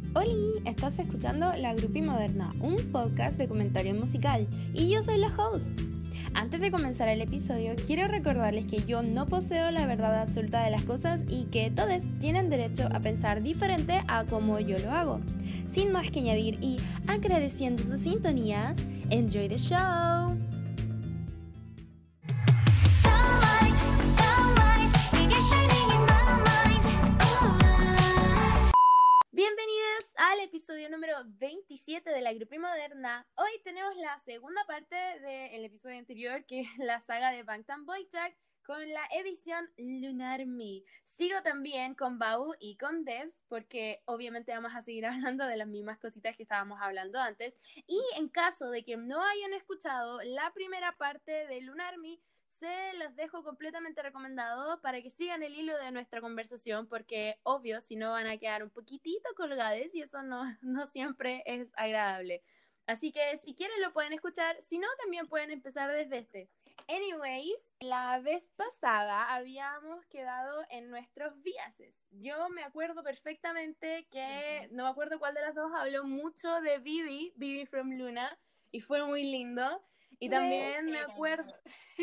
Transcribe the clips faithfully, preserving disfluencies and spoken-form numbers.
Oli, estás escuchando La Grupi Moderna, un podcast de comentario musical, y yo soy la host. Antes de comenzar el episodio, quiero recordarles que yo no poseo la verdad absoluta de las cosas y que todos tienen derecho a pensar diferente a como yo lo hago. Sin más que añadir y agradeciendo su sintonía, enjoy the show. Bienvenidos al episodio número veintisiete de La Grupi Moderna. Hoy tenemos la segunda parte del episodio anterior, que es la saga de Bangtan Boygak, con la edición Lunar Me. Sigo también con Bau y con Devs, porque obviamente vamos a seguir hablando de las mismas cositas que estábamos hablando antes. Y en caso de que no hayan escuchado la primera parte de Lunar Me, se los dejo completamente recomendado para que sigan el hilo de nuestra conversación, porque obvio, si no van a quedar un poquitito colgados y eso no, no siempre es agradable. Así que si quieren lo pueden escuchar, si no también pueden empezar desde este. Anyways, la vez pasada habíamos quedado en nuestros biases. Yo me acuerdo perfectamente que, no me acuerdo cuál de las dos habló mucho de Vivi, Vivi from Luna, y fue muy lindo. Y también me acuerdo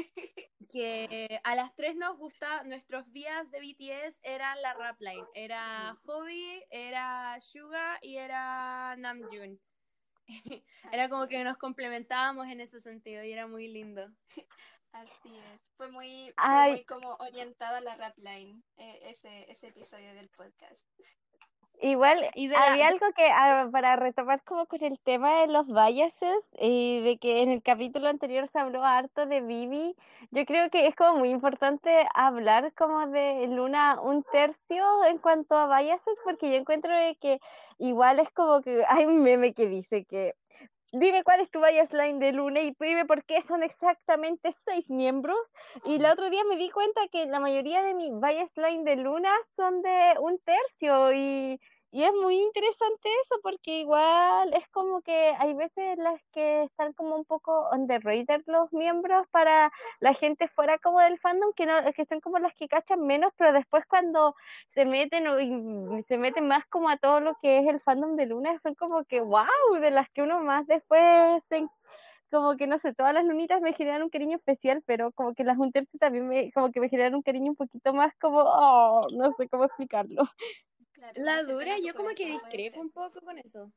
que a las tres nos gusta, nuestros vías de B T S eran la rap line, era Hobby, era Suga y era Namjoon. Era como que nos complementábamos en ese sentido y era muy lindo. Así es, fue muy, fue Ay, muy como orientada a la rap line, eh, ese, ese episodio del podcast. igual Y de la había de- algo que, ah, para retomar como con el tema de los biases y de que en el capítulo anterior se habló harto de Vivi, yo creo que es como muy importante hablar como de Luna un tercio en cuanto a biases, porque yo encuentro de que igual es como que hay un meme que dice que dime cuál es tu bias line de Luna y dime por qué son exactamente seis miembros. Y el otro día me di cuenta que la mayoría de mis bias line de Luna son de un tercio y, y es muy interesante eso porque igual es como que hay veces en las que están como un poco underrated los miembros para la gente fuera como del fandom, que, no, que son como las que cachan menos, pero después cuando se meten o- y se meten más como a todo lo que es el fandom de Luna, son como que wow, de las que uno más después se, como que no sé, todas las lunitas me generan un cariño especial, pero como que las Unterse también me, como que me generan un cariño un poquito más como, oh, no sé cómo explicarlo. Claro, la más cercana dura, a tu yo como que corazón puede discrepo ser. un poco con eso.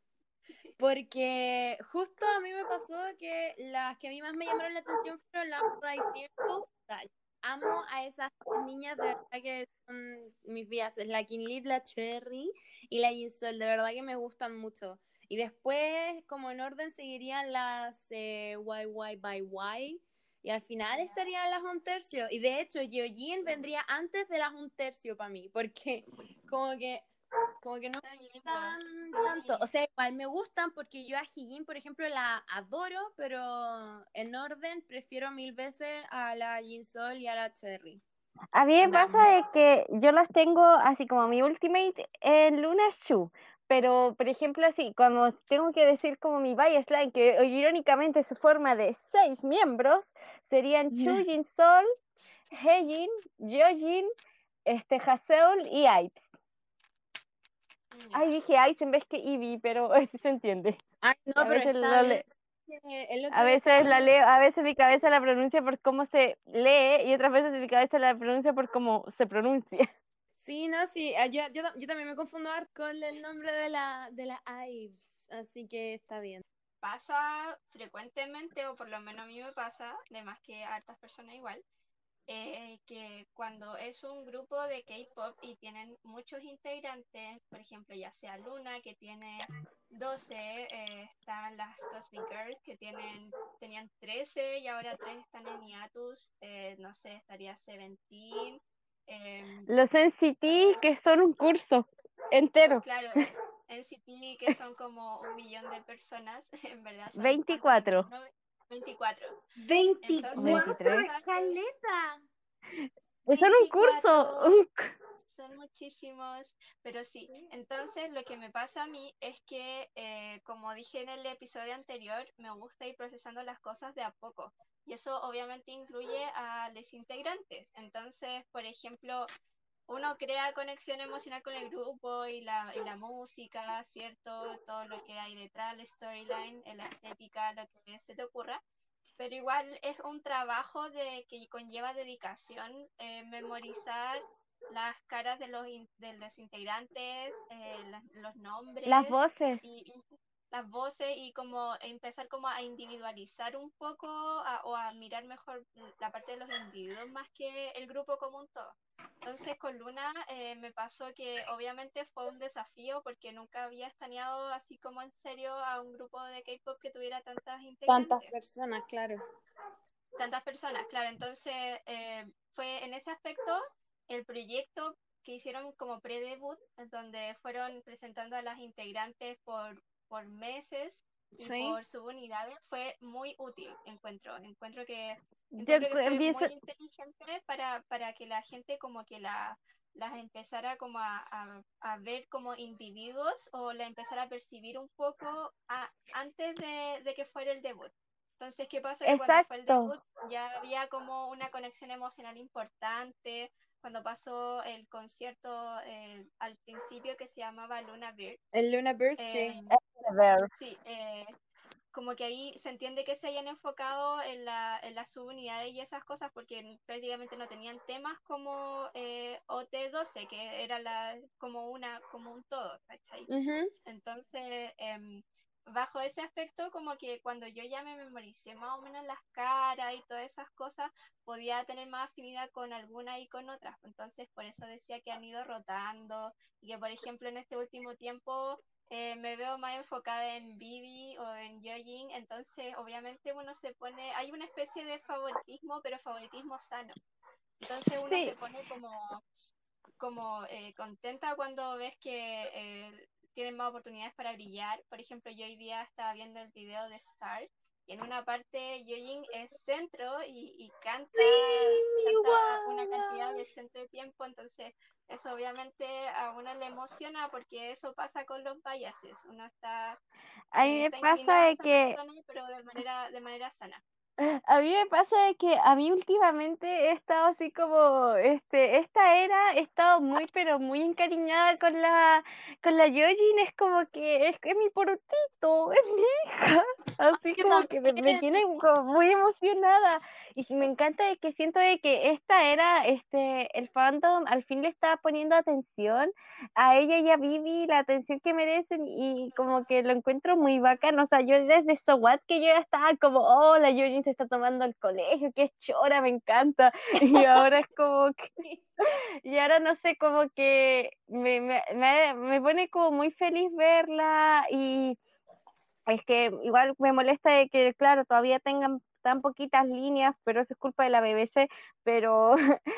Porque justo a mí me pasó que las que a mí más me llamaron la atención fueron la Fly Circle. O sea, amo a esas tres niñas, de verdad que son mis vías. Es la Kinlip, la Cherry y la Jinsol. De verdad que me gustan mucho. Y después, como en orden, seguirían las eh, Y Y by Y. Y al final estarían las un tercio. Y de hecho, Yeojin vendría antes de las un tercio para mí. Porque como que como que no Está bien, igual. tan tanto, o Sí, sea, igual me gustan porque yo a Hijin, por ejemplo, la adoro, pero en orden prefiero mil veces a la Jinsol y a la Cherry. A mí me Anda, pasa de que yo las tengo así como mi ultimate en Luna Shu, pero por ejemplo así, como tengo que decir como mi bias line, que irónicamente se forma de seis miembros, serían Chu, Jin Sol, Hejin, Yeojin, este, Haseul y Ives. ya. Ay, dije Ives en vez que Ivy, pero se entiende. Ay, no, A pero veces esta lo vez, le- eh, el a otro día veces la estábamos, leo, a veces mi cabeza la pronuncia por cómo se lee y otras veces mi cabeza la pronuncia por cómo se pronuncia. sí, no, sí, ah, yo, yo, yo también me confundo harto con el nombre de la, de la Ives, así que está bien. Pasa frecuentemente, o por lo menos a mí me pasa, de más que a hartas personas igual, eh, que cuando es un grupo de K-pop y tienen muchos integrantes, por ejemplo, ya sea Luna, que tiene doce, eh, están las Cosmic Girls, que tienen, tenían trece y ahora tres están en hiatus, eh, no sé, estaría Seventeen, em, Los N C T está, que son un curso entero, claro, eh, N C T, que son como un millón de personas, en verdad son, ¿cuántos? veinticuatro Veintiuno, veinticuatro. o Entonces veinticuatro, veintitrés. pasa que escaleta. Son un curso. veinticuatro un cu- son muchísimos, pero sí. Entonces lo que me pasa a mí es que, eh, como dije en el episodio anterior, me gusta ir procesando las cosas de a poco. Y eso obviamente incluye a los integrantes. Entonces, por ejemplo, uno crea conexión emocional con el grupo y la, y la música, ¿cierto? Todo lo que hay detrás, la storyline, la estética, lo que se te ocurra. Pero igual es un trabajo de, que conlleva dedicación, eh, memorizar las caras de los, in- de los integrantes, eh, la- los nombres Las voces. y, y las voces y como empezar como a individualizar un poco a- o a mirar mejor la parte de los individuos más que el grupo como un todo. Entonces con Luna eh, me pasó que obviamente fue un desafío porque nunca había estaneado así como en serio a un grupo de K-pop que tuviera tantas Tantas integrantes, personas, claro. tantas personas, claro. Entonces eh, fue en ese aspecto el proyecto que hicieron como pre-debut, en donde fueron presentando a las integrantes por, por meses y Sí. por subunidades, fue muy útil, encuentro. Encuentro que, Yo encuentro que encu- fue empiezo, muy inteligente para, para que la gente como que la, las empezara como a, a, a ver como individuos o la empezara a percibir un poco a- antes de, de que fuera el debut. Entonces, ¿qué pasó? Que cuando fue el exacto. debut ya había como una conexión emocional importante. Cuando pasó el concierto eh, al principio que se llamaba Luna Bird, El Luna Bird, eh, sí. A ver, sí, eh, como que ahí se entiende que se hayan enfocado en la, en las subunidades y esas cosas porque prácticamente no tenían temas como eh, O T doce, que era la, como, una, como un todo, ¿cachai? Ujú. Entonces, em, bajo ese aspecto, como que cuando yo ya me memoricé más o menos las caras y todas esas cosas, podía tener más afinidad con algunas y con otras. Entonces, por eso decía que han ido rotando y que, por ejemplo, en este último tiempo eh, me veo más enfocada en Vivi o en Yojin. Entonces, obviamente uno se pone, hay una especie de favoritismo, pero favoritismo sano. Entonces uno sí, se pone como como eh, contenta cuando ves que eh, tienen más oportunidades para brillar. Por ejemplo, yo hoy día estaba viendo el video de Star y en una parte Yojin es centro y, y Sí, canta, mi canta una cantidad guagua. decente de tiempo, entonces eso obviamente a uno le emociona porque eso pasa con los biases. Uno está, a mí eh, me está pasa inclinado a de esa que persona, pero de manera, de manera sana. A mí me pasa de que a mí últimamente he estado así como, este, esta era, he estado muy, pero muy encariñada con la, con la Yojin, es como que es, es mi porotito, es mi hija, así Yo como que me, me también. tiene como muy emocionada, y me encanta de que siento de que esta era, este, el fandom al fin le está poniendo atención a ella y a Vivi, la atención que merecen, y como que lo encuentro muy bacán, o sea, yo desde So What que yo ya estaba como, oh, la Yojin se está tomando el colegio, qué chora, me encanta, y ahora es como que, y ahora no sé, como que me, me, me, me pone como muy feliz verla, y es que igual me molesta de que, claro, todavía tengan tan poquitas líneas, pero eso es culpa de la B B C, pero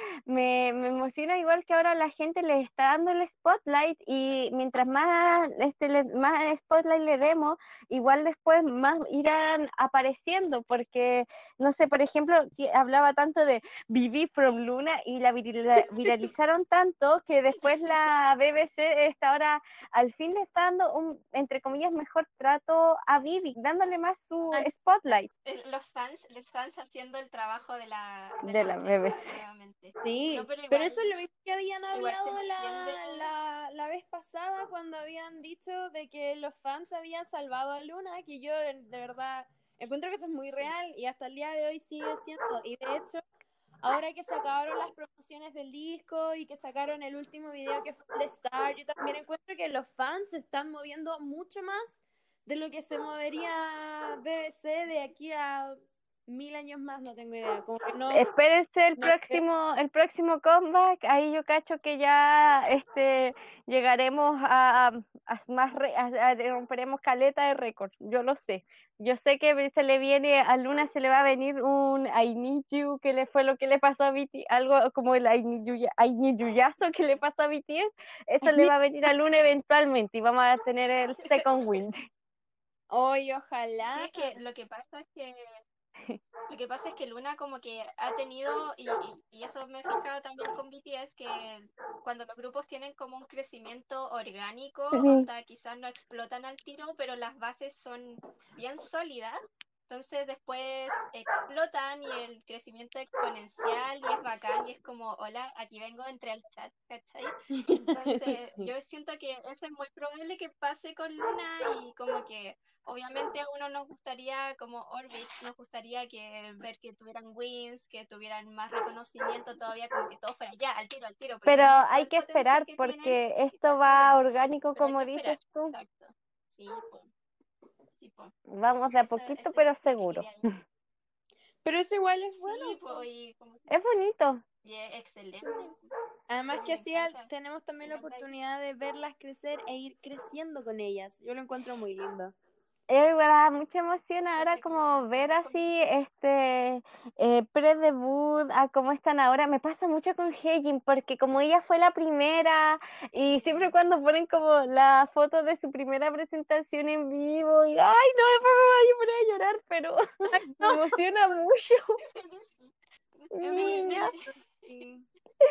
me, me emociona igual que ahora la gente le está dando el spotlight y mientras más, este, le- más spotlight le demos, igual después más irán apareciendo, porque, no sé, por ejemplo, si hablaba tanto de Vivi from Luna y la virila- viralizaron tanto que después la B B C está ahora al fin le está dando un, entre comillas, mejor trato a Vivi, dándole más su Ay, spotlight Eh, Los fans, los fans haciendo el trabajo de la, de de la la empresa B B C. nuevamente. No, sí, pero pero igual, eso es lo mismo que habían igual se hablado entiende. la, la, la vez pasada cuando habían dicho de que los fans habían salvado a Luna, que yo de verdad encuentro que eso es muy Sí. real y hasta el día de hoy sigue siendo. Y de hecho, ahora que se acabaron las promociones del disco y que sacaron el último video que fue el de Star, yo también encuentro que los fans se están moviendo mucho más de lo que se movería B B C de aquí a mil años más, no tengo idea. Como que no, Espérense el no creo. próximo, el próximo comeback, ahí yo cacho que ya este llegaremos a, a- a más re- a- a- romperemos caleta de récord, yo lo sé. Yo sé que se le viene a Luna, se le va a venir un I Need You, que le fue lo que le pasó a B T S, algo como el I Need You, ya- I Need You yazo que le Sí. pasó a B T S, eso le va a venir a Luna eventualmente y vamos a tener el second wind. Hoy, Sí, ojalá. es que lo que pasa es que lo que pasa es que Luna como que ha tenido, y, y, y eso me he fijado también con B T S, que cuando los grupos tienen como un crecimiento orgánico, Sí. onda quizás no explotan al tiro, pero las bases son bien sólidas. Entonces después explotan y el crecimiento es exponencial y es bacán y es como, hola, aquí vengo, entré al chat, ¿cachai? Entonces Sí. yo siento que eso es muy probable que pase con Luna y como que obviamente a uno nos gustaría, como Orbit, nos gustaría que ver que tuvieran wins, que tuvieran más reconocimiento todavía, como que todo fuera ya, al tiro, al tiro, porque Pero vemos todo hay el que potencial esperar que tienen porque y todo esto está va bueno, orgánico, pero hay como que esperar, dices tú. exacto. Sí, po, sí, po. Vamos de a Eso, poquito, eso es pero lo que seguro. quería decir. Pero eso igual es bueno, Sí, po. po, y, como, Es bonito. y es excelente. A Además mí que me así al- encanta, tenemos me también la encanta. oportunidad de verlas crecer e ir creciendo con ellas. Yo lo encuentro muy lindo. Eh, me da mucha emoción Que ahora se creen como después ver los así comienzos. este eh, pre-debut a cómo están ahora. Me pasa mucho con Heijin porque como ella fue la primera y siempre Mm. cuando ponen como la foto de su primera presentación en vivo y ay no, después me voy a poner a llorar, pero me No, emociona mucho, Es muy niña. lindo. sí.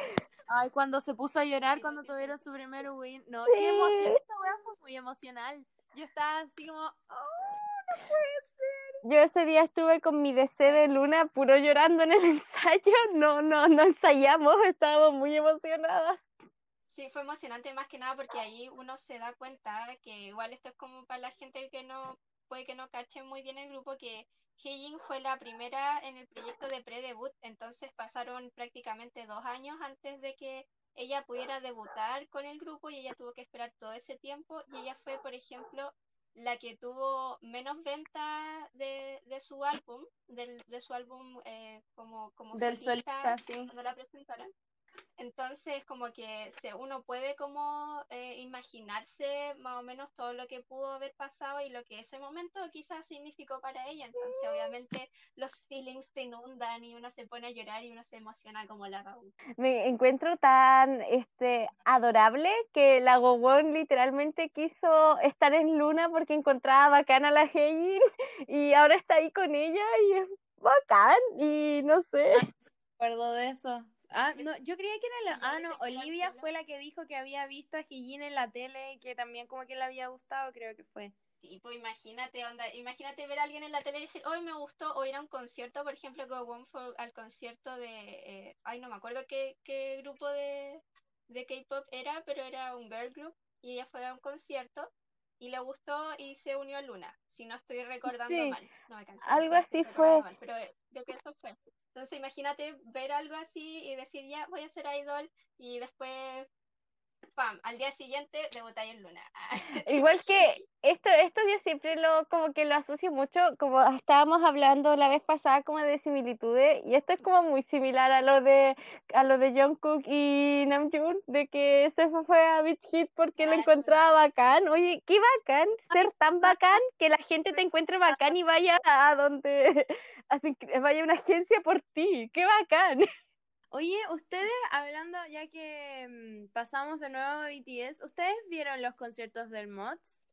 Ay, cuando se puso a llorar Sí, lo cuando que se- tuvieron su primer win. No, qué emoción. Sí. Esta weá fue muy emocional. Yo estaba así como, oh, no puede ser. Yo ese día estuve con mi D C de Ay, Luna puro llorando en el ensayo. No, no, no ensayamos, estábamos muy emocionadas. sí, fue emocionante más que nada porque ahí uno se da cuenta que igual esto es como para la gente que no puede que no cache muy bien el grupo, que Heijin fue la primera en el proyecto de pre-debut, entonces pasaron prácticamente dos años antes de que ella pudiera debutar con el grupo y ella tuvo que esperar todo ese tiempo y ella fue, por ejemplo, la que tuvo menos ventas de, de su álbum, del, de su álbum eh, como, como Del solista solista, sí. cuando la presentaron. Entonces, como que se, uno puede como eh, imaginarse más o menos todo lo que pudo haber pasado y lo que ese momento quizás significó para ella. Entonces, obviamente, los feelings te inundan y uno se pone a llorar y uno se emociona como la Raúl. Me encuentro tan este adorable que la Gowon literalmente quiso estar en Luna porque encontraba bacana a la Heijin y ahora está ahí con ella y es bacán y no sé. Ah, sí, me acuerdo de eso. Ah, Es- no, yo creía que era la... Y yo a Ah, no, veces miro al Olivia cielo. fue la que dijo que había visto a Hijin en la tele y que también como que le había gustado, creo que fue. Sí, pues imagínate, onda, imagínate ver a alguien en la tele y decir, hoy me gustó, o ir a un concierto, por ejemplo, Go One for, al concierto de, eh, ay, no me acuerdo qué, qué grupo de, de K-pop era, pero era un girl group, y ella fue a un concierto y le gustó y se unió a Luna, si no estoy recordando Sí, mal, no me cancelen si algo lo estoy así recordando fue. mal, pero eh, creo que eso fue. Entonces imagínate ver algo así y decir, ya, voy a ser idol, y después, pam, al día siguiente debutáis en Luna. ¿Te Igual imaginas? que esto, esto yo siempre lo como que lo asocio mucho, como estábamos hablando la vez pasada como de similitudes, y esto es como muy similar a lo de a lo de Jungkook y Namjoon, de que se fue fue a Big Hit porque lo Claro, encontraba sí. bacán. Oye, qué bacán Ay, ser tan ¿verdad? bacán que la gente te encuentre bacán y vaya a donde hacen que- vaya una agencia por ti. Qué bacán. Oye, ustedes hablando, ya que mm, pasamos de nuevo a B T S, ¿ustedes vieron los conciertos del Mods?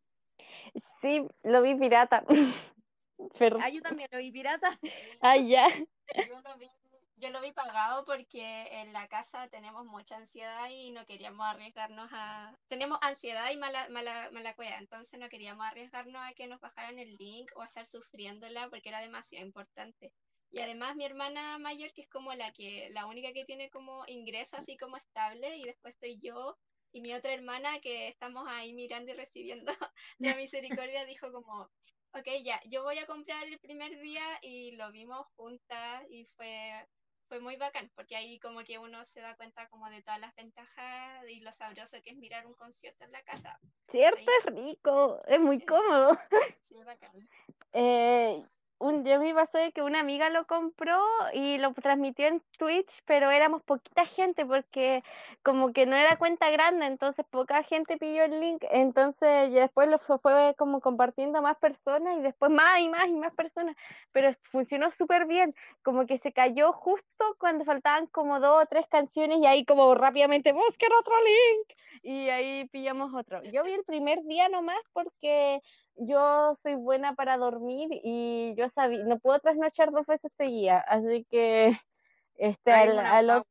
Sí, lo vi pirata. Pero, Ah, yo también lo vi pirata. ah, ya. Yo lo vi, yo lo vi pagado porque en la casa tenemos mucha ansiedad y no queríamos arriesgarnos a... Tenemos ansiedad y mala, mala, mala cueva, entonces no queríamos arriesgarnos a que nos bajaran el link o a estar sufriéndola porque era demasiado importante. Y además mi hermana mayor, que es como la que, la única que tiene como ingreso así como estable, y después estoy yo y mi otra hermana que estamos ahí mirando y recibiendo la misericordia, dijo como, ok, ya, yo voy a comprar el primer día y lo vimos juntas y fue, fue muy bacán, porque ahí como que uno se da cuenta como de todas las ventajas y lo sabroso que es mirar un concierto en la casa. Cierto, ¿Sí? es rico, es muy Eh, cómodo. sí, es bacán. Eh, un, yo me pasó de que una amiga lo compró y lo transmitió en Twitch, pero éramos poquita gente porque como que no era cuenta grande, entonces poca gente pidió el link, entonces y después lo fue, fue como compartiendo a más personas y después más y más y más personas, pero funcionó súper bien, como que se cayó justo cuando faltaban como dos o tres canciones y ahí como rápidamente busquen otro link y ahí pillamos otro. Yo vi el primer día nomás porque yo soy buena para dormir y yo sabía, no puedo trasnochar dos veces seguidas, así que este Ay, es al, una al guau. ot-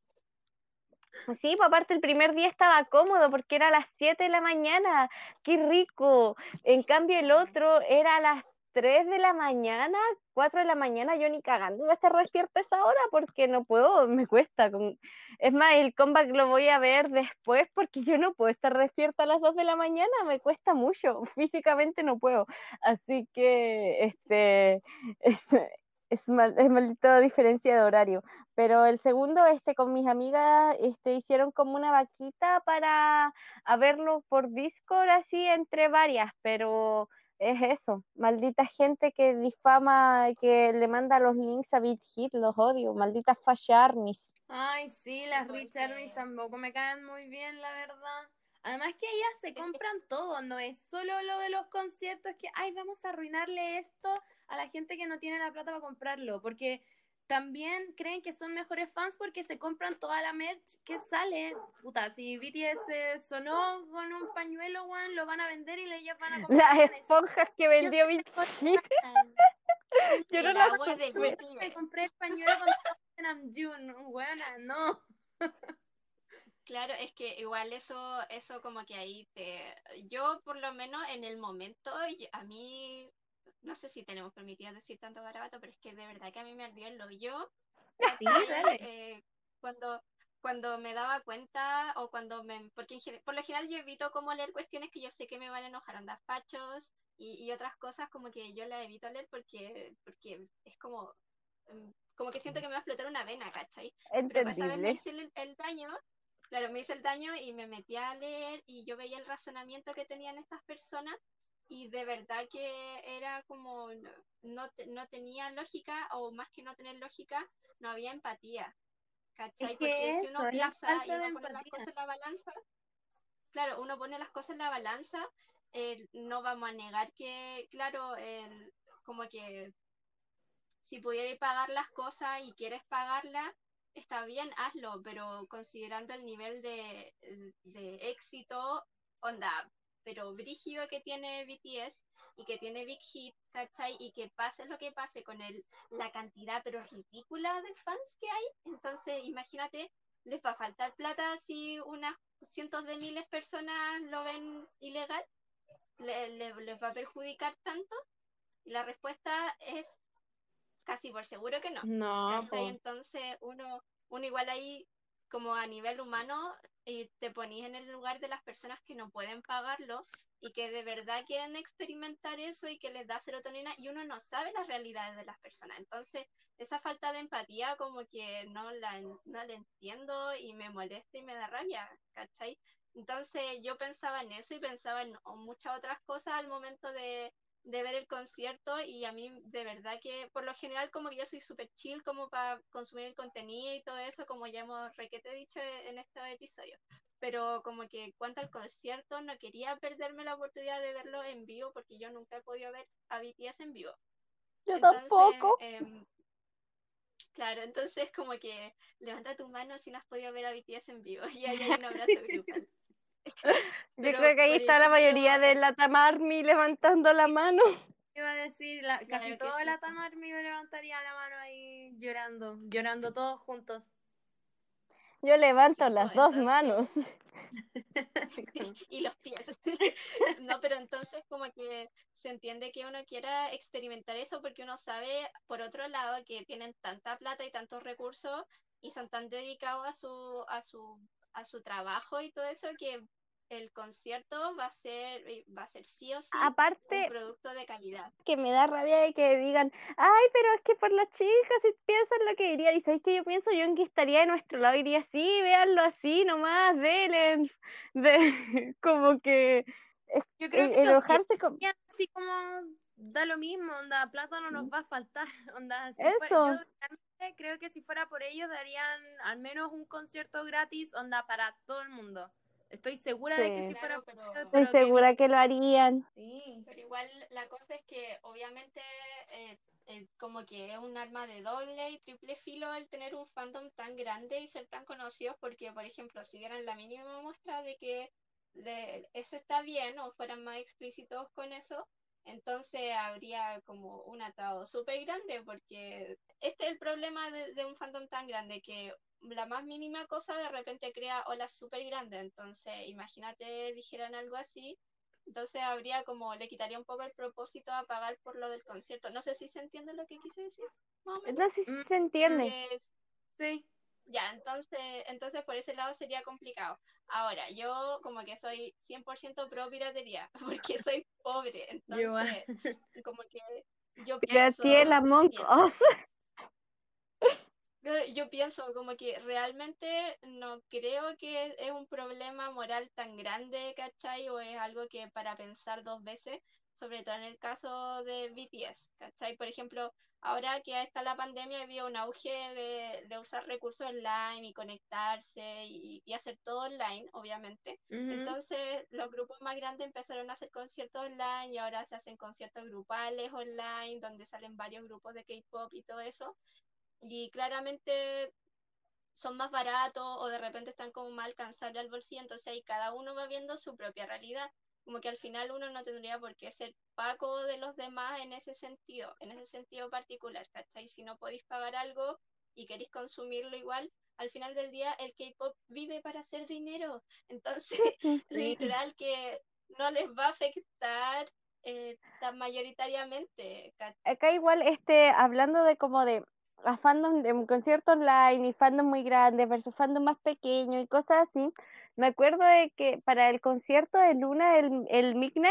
sí, pues aparte el primer día estaba cómodo porque era a las siete de la mañana, qué rico. En cambio el otro era a las tres de la mañana, cuatro de la mañana, yo ni cagando voy a estar despierta a esa hora porque no puedo, me cuesta. con- Es más, el comeback lo voy a ver después porque yo no puedo estar despierta a las dos de la mañana, me cuesta mucho, físicamente no puedo. Así que, este, es, es, mal, es maldita diferencia de horario. Pero el segundo, este, con mis amigas, este, hicieron como una vaquita para a verlo por Discord, así entre varias, pero es eso, maldita gente que difama, que le manda los links a BitHit, los odio, malditas fallarnis. Ay, sí, Sí, las pues Rich Armies que tampoco me caen muy bien, la verdad. Además que ellas se es, es- compran todo, no es solo lo de los conciertos que, ay, vamos a arruinarle esto a la gente que no tiene la plata para comprarlo, porque también creen que son mejores fans porque se compran toda la merch que sale. Puta, si B T S sonó con un pañuelo, weón, lo van a vender y ellas van a comprar Las van a decir, esponjas que yo vendió soy mejor BitHit, fan. Soy yo no el las agua de compré. me B T S. compré el pañuelo con todo en Namjoon, weona, no. Claro, es que igual eso, eso como que ahí te... Yo por lo menos en el momento, yo- a mí, no sé si tenemos permitido decir tanto garabato, pero es que de verdad que a mí me ardió el hoyo, Sí, ¿cachai? dale. Eh, cuando, cuando me daba cuenta o cuando me... Porque en gen- por lo general yo evito como leer cuestiones que yo sé que me van a enojar, ondas fachos y, y otras cosas como que yo las evito leer porque, porque es como... mm, Como que siento que me va a explotar una vena, ¿cachai? Pero esa vez me Entendible. hice el, el daño. Claro, me hice el daño y me metí a leer y yo veía el razonamiento que tenían estas personas y de verdad que era como, no, no, te- no tenía lógica o más que no tener lógica, no había empatía, Es ¿cachai? Porque que si eso uno es la piensa y falta de uno pone las empatía. cosas en la balanza, claro, uno pone las cosas en la balanza, eh, no vamos a negar que, claro, el- como que si pudierais pagar las cosas y quieres pagarlas, está bien, hazlo, pero considerando el nivel de, de éxito, onda, pero brígido que tiene B T S y que tiene Big Hit, ¿cachai? Y que pase lo que pase con el, la cantidad, pero ridícula de fans que hay, entonces imagínate, les va a faltar plata si unas cientos de miles de personas lo ven ilegal, le, le, les va a perjudicar tanto. Y la respuesta es casi por seguro que no. No, ¿Cachai? pues. Entonces uno, uno igual ahí, como a nivel humano, y te ponís en el lugar de las personas que no pueden pagarlo y que de verdad quieren experimentar eso y que les da serotonina y uno no sabe las realidades de las personas. Entonces, esa falta de empatía como que no la, no la entiendo y me molesta y me da rabia, ¿cachai? Entonces yo pensaba en eso y pensaba en muchas otras cosas al momento de, de ver el concierto y a mí de verdad que por lo general como que yo soy súper chill como para consumir el contenido y todo eso como ya hemos requete dicho en estos episodios, pero como que cuanto al concierto no quería perderme la oportunidad de verlo en vivo porque yo nunca he podido ver a B T S en vivo. Yo Entonces, tampoco. eh, claro, entonces como que levanta tu mano si no has podido ver a B T S en vivo y ahí hay un abrazo grupal. Yo creo Pero, que ahí por está la ejemplo, mayoría de eh, la Tamarmi levantando la mano. Iba a decir, la, casi claro que toda sí, la Tamar me levantaría la mano ahí llorando, llorando todos juntos. Yo levanto sí, las pues dos entonces, manos. y los pies. No, pero entonces como que se entiende que uno quiera experimentar eso porque uno sabe, por otro lado, que tienen tanta plata y tantos recursos y son tan dedicados a su, a su, a su trabajo y todo eso que el concierto va a ser, va a ser sí o sí un Aparte, producto de calidad. que me da rabia de que digan, ay, pero es que por las chicas, si piensan lo que dirían, y sabéis que yo pienso, yo en que estaría de nuestro lado, diría, sí, véanlo así nomás, denle, de, como que es- Yo creo que e- los cien enojarse con así como da lo mismo, onda, plata no nos va a faltar, onda, si fue, yo eso, realmente creo que si fuera por ellos darían al menos un concierto gratis, onda, para todo el mundo. Estoy segura de que sí, si fuera Claro, por ellos, pero estoy pero que segura evite. que lo harían. Sí. Pero igual la cosa es que obviamente eh, eh, como que es un arma de doble y triple filo el tener un fandom tan grande y ser tan conocidos porque, por ejemplo, si dieran la mínima muestra de que de- eso está bien o fueran más explícitos con eso, entonces habría como un atado súper grande porque este es el problema de, de un fandom tan grande que la más mínima cosa de repente crea olas súper grandes. Entonces, imagínate dijeran algo así Entonces habría como, le quitaría un poco el propósito a pagar por lo del concierto. No sé si se entiende lo que quise decir, más o menos. No sé si Mm, se entiende. Que es- sí. ya, entonces, entonces por ese lado sería complicado. Ahora, yo como que soy cien por ciento pro piratería, porque soy pobre, Yo igual. entonces como que yo pienso, Pirateé el Among pienso, Us. yo yo pienso como que realmente no creo que es un problema moral tan grande, ¿cachai? O es algo que para pensar dos veces, sobre todo en el caso de B T S, ¿cachai? Por ejemplo, ahora que está la pandemia, había un auge de, de usar recursos online y conectarse y, y hacer todo online, obviamente. Ujú. Entonces, los grupos más grandes empezaron a hacer conciertos online y ahora se hacen conciertos grupales online, donde salen varios grupos de K-pop y todo eso. Y claramente son más baratos o de repente están como más alcanzables al bolsillo, entonces ahí cada uno va viendo su propia realidad. Como que al final uno no tendría por qué ser paco de los demás en ese sentido, en ese sentido particular, ¿cachai? Si no podéis pagar algo y queréis consumirlo igual, al final del día el K-pop vive para hacer dinero. Entonces, Sí. literal que no les va a afectar eh, tan mayoritariamente, ¿cachai? Acá igual, este, hablando de como de a fandom de un concierto online y fandom muy grandes versus fandom más pequeño y cosas así, me acuerdo de que para el concierto de Luna, el, el Midnight,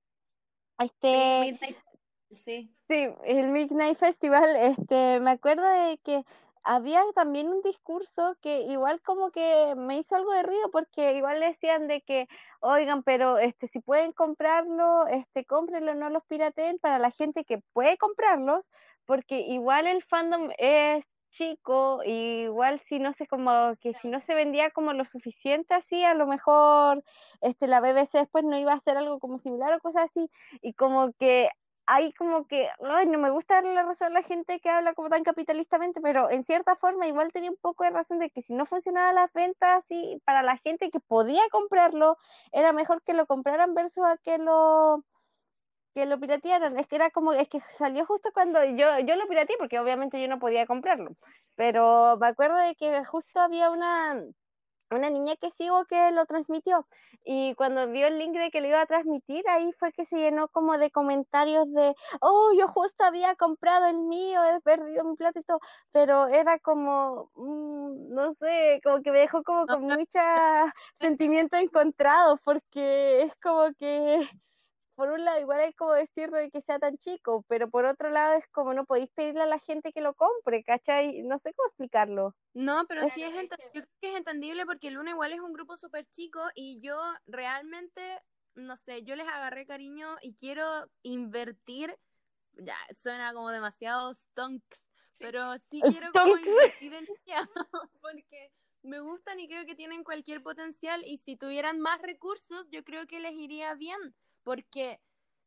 Sí, este, Midnight. Sí. sí, el Midnight Festival, este, me acuerdo de que había también un discurso que igual como que me hizo algo de ruido porque igual le decían de que, oigan, pero este, si pueden comprarlo, este, cómprenlo, no los pirateen para la gente que puede comprarlos, porque igual el fandom es chico, y igual si no sé como que si no se vendía como lo suficiente así, a lo mejor este la B B C después no iba a hacer algo como similar o cosas así, y como que hay como que, ay, no me gusta darle la razón a la gente que habla como tan capitalistamente, pero en cierta forma igual tenía un poco de razón de que si no funcionaban las ventas así para la gente que podía comprarlo, era mejor que lo compraran versus a que lo que lo piratearan. Es que era como, es que salió justo cuando yo, yo lo pirateé porque obviamente yo no podía comprarlo, pero me acuerdo de que justo había una una niña que sigo que lo transmitió, y cuando vio el link de que lo iba a transmitir, ahí fue que se llenó como de comentarios de, oh, yo justo había comprado el mío, he perdido mi plata y todo, pero era como, mm, no sé, como que me dejó como No, con muchos sentimientos encontrados, porque es como que por un lado igual es como decir de que sea tan chico, pero por otro lado es como no podéis pedirle a la gente que lo compre, ¿cachai? No sé cómo explicarlo. no, pero Es sí Claro, es es ent- que yo creo que es entendible porque Luna igual es un grupo súper chico y yo realmente, no sé, yo les agarré cariño y quiero invertir, ya, suena como demasiado stonks, pero sí quiero como Stonks. invertir en ella porque me gustan y creo que tienen cualquier potencial y si tuvieran más recursos yo creo que les iría bien porque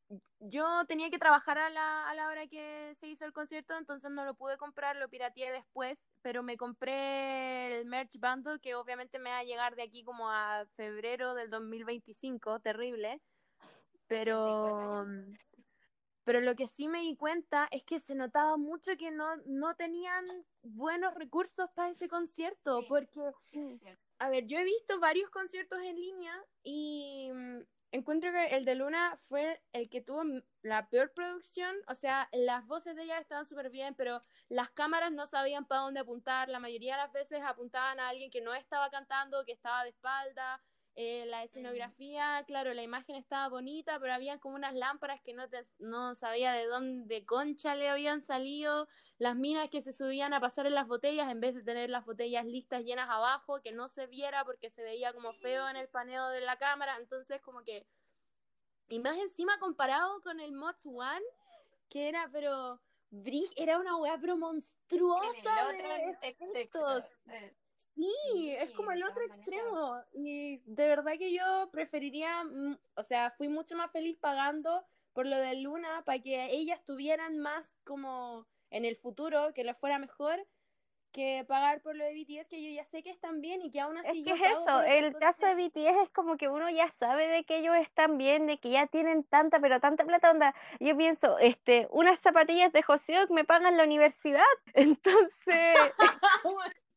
yo tenía que trabajar a la, a la hora que se hizo el concierto, entonces no lo pude comprar, lo pirateé después, pero me compré el merch bundle que obviamente me va a llegar de aquí como a febrero del dos mil veinticinco, terrible, ochenta y cuatro pero, años. pero lo que sí me di cuenta es que se notaba mucho que no, no tenían buenos recursos para ese concierto, Sí, porque es cierto. a ver, yo he visto varios conciertos en línea y mm, encuentro que el de Luna fue el que tuvo m- la peor producción. O sea, las voces de ella estaban súper bien, pero las cámaras no sabían para dónde apuntar. La mayoría de las veces apuntaban a alguien que no estaba cantando, que estaba de espalda. Eh, la Mm, escenografía, claro, la imagen estaba bonita, pero había como unas lámparas que no, te- no sabía de dónde concha le habían salido, las minas que se subían a pasar en las botellas en vez de tener las botellas listas llenas abajo, que no se viera porque se veía como feo en el paneo de la cámara, entonces como que, y más encima comparado con el Mods One, que era pero, brí- era una weá pero en el monstruosa otro de espectro. efectos. eh, Sí, es sí, como de el otro todas maneras. extremo. Y de verdad que yo preferiría, mm, o sea, fui mucho más feliz pagando por lo de Luna para que ellas tuvieran más como en el futuro, que les fuera mejor, que pagar por lo de B T S, que yo ya sé que están bien y que aún Es así que yo es pago eso, por otras el cosas. caso de B T S es como que uno ya sabe de que ellos están bien, de que ya tienen tanta, pero tanta plata, onda. Yo pienso, este, unas zapatillas de José me pagan la universidad, entonces,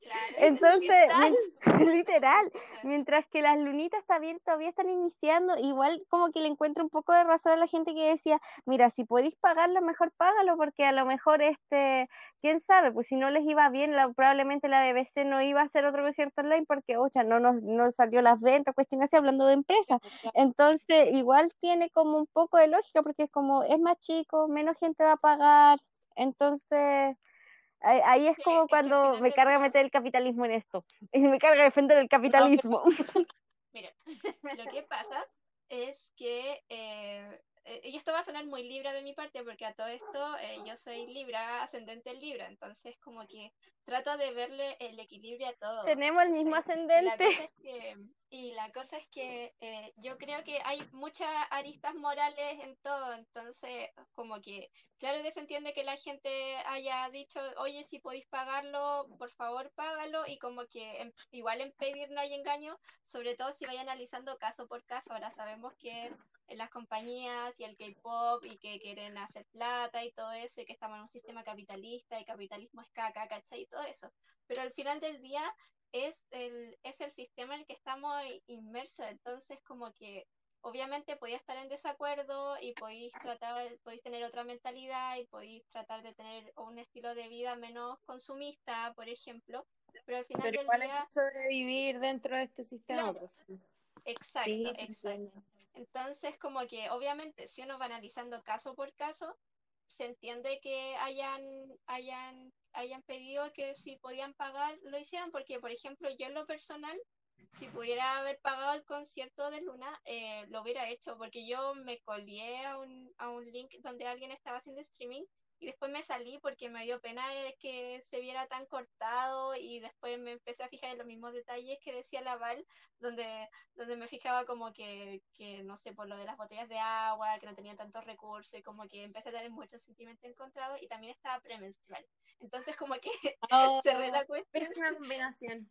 Claro, Entonces, Literal. mien- literal, exacto. mientras que las lunitas también todavía están iniciando, igual como que le encuentro un poco de razón a la gente que decía, mira, si podéis pagarlo, mejor págalo, porque a lo mejor, este, quién sabe, pues si no les iba bien, la- probablemente la B B C no iba a hacer otro concierto online porque, ocha, no nos no salió las ventas, cuestiones así, hablando de empresas. Entonces, igual tiene como un poco de lógica, porque es como, es más chico, menos gente va a pagar, entonces... Ahí, ahí es Sí, como es que al cuando final me del carga día, meter el capitalismo en esto. Y me carga defender el No, pero capitalismo. mira, lo que pasa es que, eh, eh, y esto va a sonar muy Libra de mi parte, porque a todo esto eh, yo soy Libra, ascendente en Libra, entonces como que trato de verle el equilibrio a todo, Tenemos el mismo ¿cachai? Y la ascendente. cosa es que, y la cosa es que eh, yo creo que hay muchas aristas morales en todo, entonces como que claro que se entiende que la gente haya dicho, oye, si podéis pagarlo, por favor págalo, y como que en- igual en pedir no hay engaño, sobre todo si vaya analizando caso por caso. Ahora sabemos que en las compañías y el K-pop y que quieren hacer plata y todo eso, y que estamos en un sistema capitalista y capitalismo es caca, ¿cachai? Y todo eso. Pero al final del día es el, es el sistema en el que estamos inmersos, entonces como que obviamente podéis estar en desacuerdo y podéis tratar, podéis tener otra mentalidad y podéis tratar de tener un estilo de vida menos consumista, por ejemplo, pero al final Pero del igual hay que día, sobrevivir dentro de este sistema, claro, pues. exacto, Sí, te entiendo. exacto. Entonces, como que obviamente si uno va analizando caso por caso, se entiende que hayan, hayan, hayan pedido que si podían pagar, lo hicieran, porque por ejemplo yo en lo personal, si pudiera haber pagado el concierto de Luna, eh, lo hubiera hecho, porque yo me colgué a un, a un link donde alguien estaba haciendo streaming y después me salí porque me dio pena de que se viera tan cortado y después me empecé a fijar en los mismos detalles que decía Laval, donde donde me fijaba como que, que, no sé, por lo de las botellas de agua, que no tenía tantos recursos y como que empecé a tener muchos sentimientos encontrados y también estaba premenstrual. Entonces como que cerré Oh, la cuestión. pésima combinación.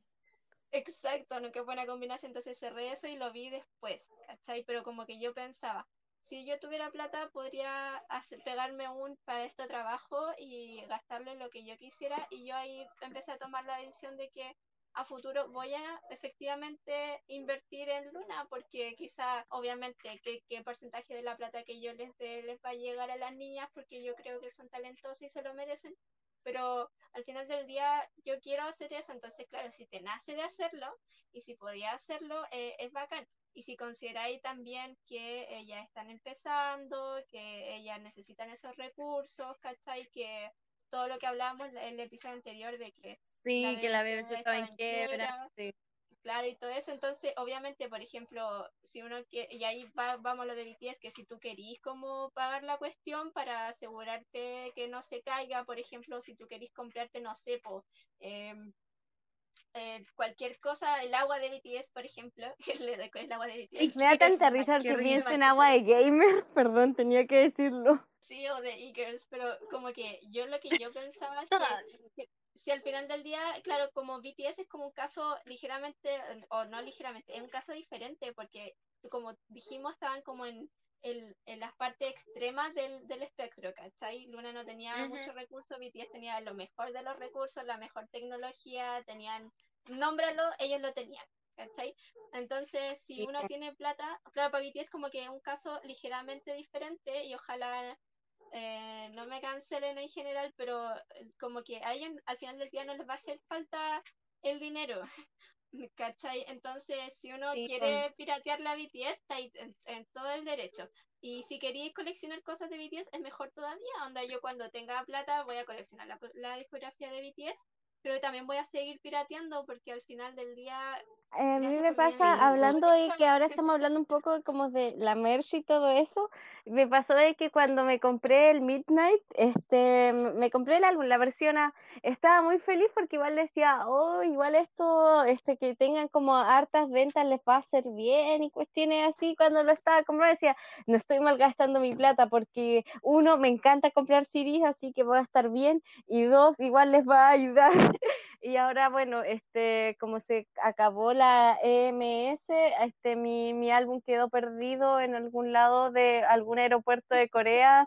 Exacto, no, qué buena combinación. Entonces cerré eso y lo vi después, ¿cachai? Pero como que yo pensaba, si yo tuviera plata, podría hacer, pegarme un para este trabajo y gastarlo en lo que yo quisiera. Y yo ahí empecé a tomar la decisión de que a futuro voy a efectivamente invertir en Luna, porque quizá, obviamente, qué, qué porcentaje de la plata que yo les dé les va a llegar a las niñas, porque yo creo que son talentosas y se lo merecen. Pero al final del día yo quiero hacer eso, entonces claro, si te nace de hacerlo y si podía hacerlo, eh, es bacán. Y si consideráis también que ellas están empezando, que ellas necesitan esos recursos, ¿cachai? Que todo lo que hablábamos en el episodio anterior de que la Sí, que la B B C B B C estaba estaba en en quiebra. quiebra, Sí. claro, y todo eso. Entonces, obviamente, por ejemplo, si uno quiere, y ahí va, vamos a lo de B T S, que si tú querís como pagar la cuestión para asegurarte que no se caiga, por ejemplo, si tú querís comprarte, no sé, po, eh, eh, cualquier cosa, el agua de B T S, por ejemplo, el, el agua de B T S, Ay, Me da qué, tanta me, risa qué porque me horrible. pienso en marqué. agua de gamers, perdón, tenía que decirlo. Sí, o de e-girls, pero como que yo lo que yo pensaba es que, que si al final del día, claro, como B T S es como un caso ligeramente, o no ligeramente, es un caso diferente, porque como dijimos, estaban como en, el, en las partes extremas del, del espectro, ¿cachai? Luna no tenía Ujú. muchos recursos, B T S tenía lo mejor de los recursos, la mejor tecnología, tenían, nómbralo, ellos lo tenían. ¿Cachai? Entonces, si Sí, uno tiene plata, claro, para B T S como que es un caso ligeramente diferente y ojalá eh, no me cancelen en general, pero eh, como que a ellos al final del día no les va a hacer falta el dinero, ¿cachai? Entonces, si uno sí, con- quiere piratear la B T S, está ahí en, en todo el derecho. Y si queréis coleccionar cosas de B T S, es mejor todavía. Onda, yo cuando tenga plata voy a coleccionar la, la discografía de B T S, pero también voy a seguir pirateando porque al final del día, Eh, a mí gracias me por mi pasa, amigo, sí, hablando de que Chona. ahora estamos hablando un poco como de la merch y todo eso, me pasó de que cuando me compré el Midnight, este, m- me compré el álbum, la versión A, estaba muy feliz porque igual decía, oh, igual esto, este, que tengan como hartas ventas les va a hacer bien y cuestiones así, cuando lo estaba comprando decía, no estoy malgastando mi plata porque uno, me encanta comprar C Ds, así que voy a estar bien, y dos, igual les va a ayudar. Y ahora, bueno, este, como se acabó la E M S, este, mi, mi álbum quedó perdido en algún lado de algún aeropuerto de Corea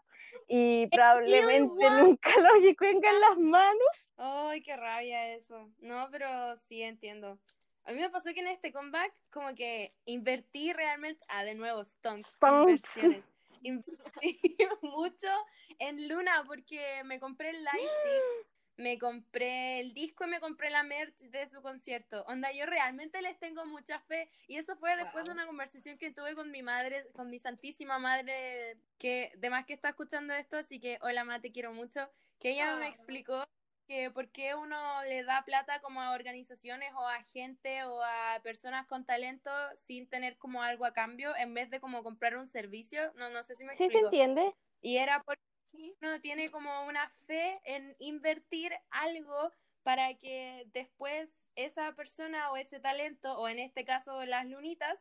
y probablemente nunca lo lleguen en las manos. Ay, qué rabia eso. No, pero sí entiendo. A mí me pasó que en este comeback como que invertí realmente, ah, de nuevo, stonks, Stonks. inversiones. Invertí mucho en Luna porque me compré el lightstick, me compré el disco y me compré la merch de su concierto. Onda, yo realmente les tengo mucha fe y eso fue después Wow. de una conversación que tuve con mi madre, con mi santísima madre, que además que está escuchando esto, así que hola, ma, te quiero mucho, que ella Oh. me explicó que por qué uno le da plata como a organizaciones o a gente o a personas con talento sin tener como algo a cambio en vez de como comprar un servicio. No, no sé si me ¿Sí se explico. entiende? Y era porque Sí. uno tiene como una fe en invertir algo para que después esa persona o ese talento, o en este caso las lunitas,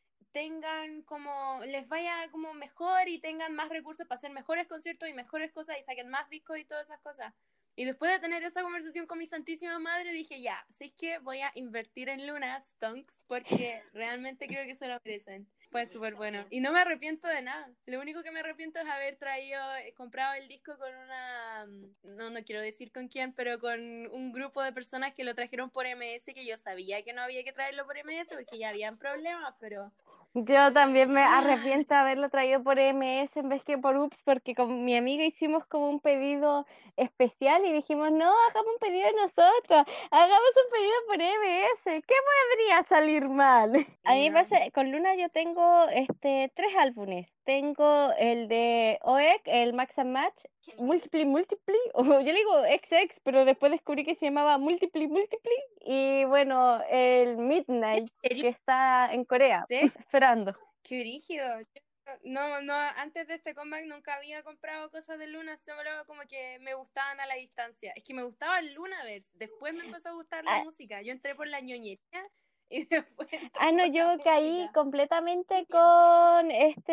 tengan como, les vaya como mejor y tengan más recursos para hacer mejores conciertos y mejores cosas y saquen más discos y todas esas cosas. Y después de tener esa conversación con mi santísima madre, dije, ya, ¿sabes qué? Voy a invertir en Luna, Stonks, porque realmente creo que se lo merecen. Fue súper bueno. Y no me arrepiento de nada. Lo único que me arrepiento es haber traído, comprado el disco con una, no, no quiero decir con quién, pero con un grupo de personas que lo trajeron por M S, que yo sabía que no había que traerlo por M S porque ya habían problemas, pero... Yo también me arrepiento de haberlo traído por E M S en vez que por U P S, porque con mi amiga hicimos como un pedido especial y dijimos, no, hagamos un pedido nosotros, hagamos un pedido por E M S, ¿qué podría salir mal? A mí me pasa, con Luna yo tengo este tres álbumes, tengo el de O E C, el Max and Match, Multiply Multiply, o yo le digo X X, pero después descubrí que se llamaba Multiply Multiply, y bueno, el Midnight, que está en Corea, ¿Sí? esperando. Qué brígido. Yo no, no, antes de este comeback nunca había comprado cosas de Luna, solo como que me gustaban a la distancia. Es que me gustaba el Lunaverse, después me empezó a gustar la Ah, música. Yo entré por la ñoñería y después entré Ah, no, por la yo caí música. completamente con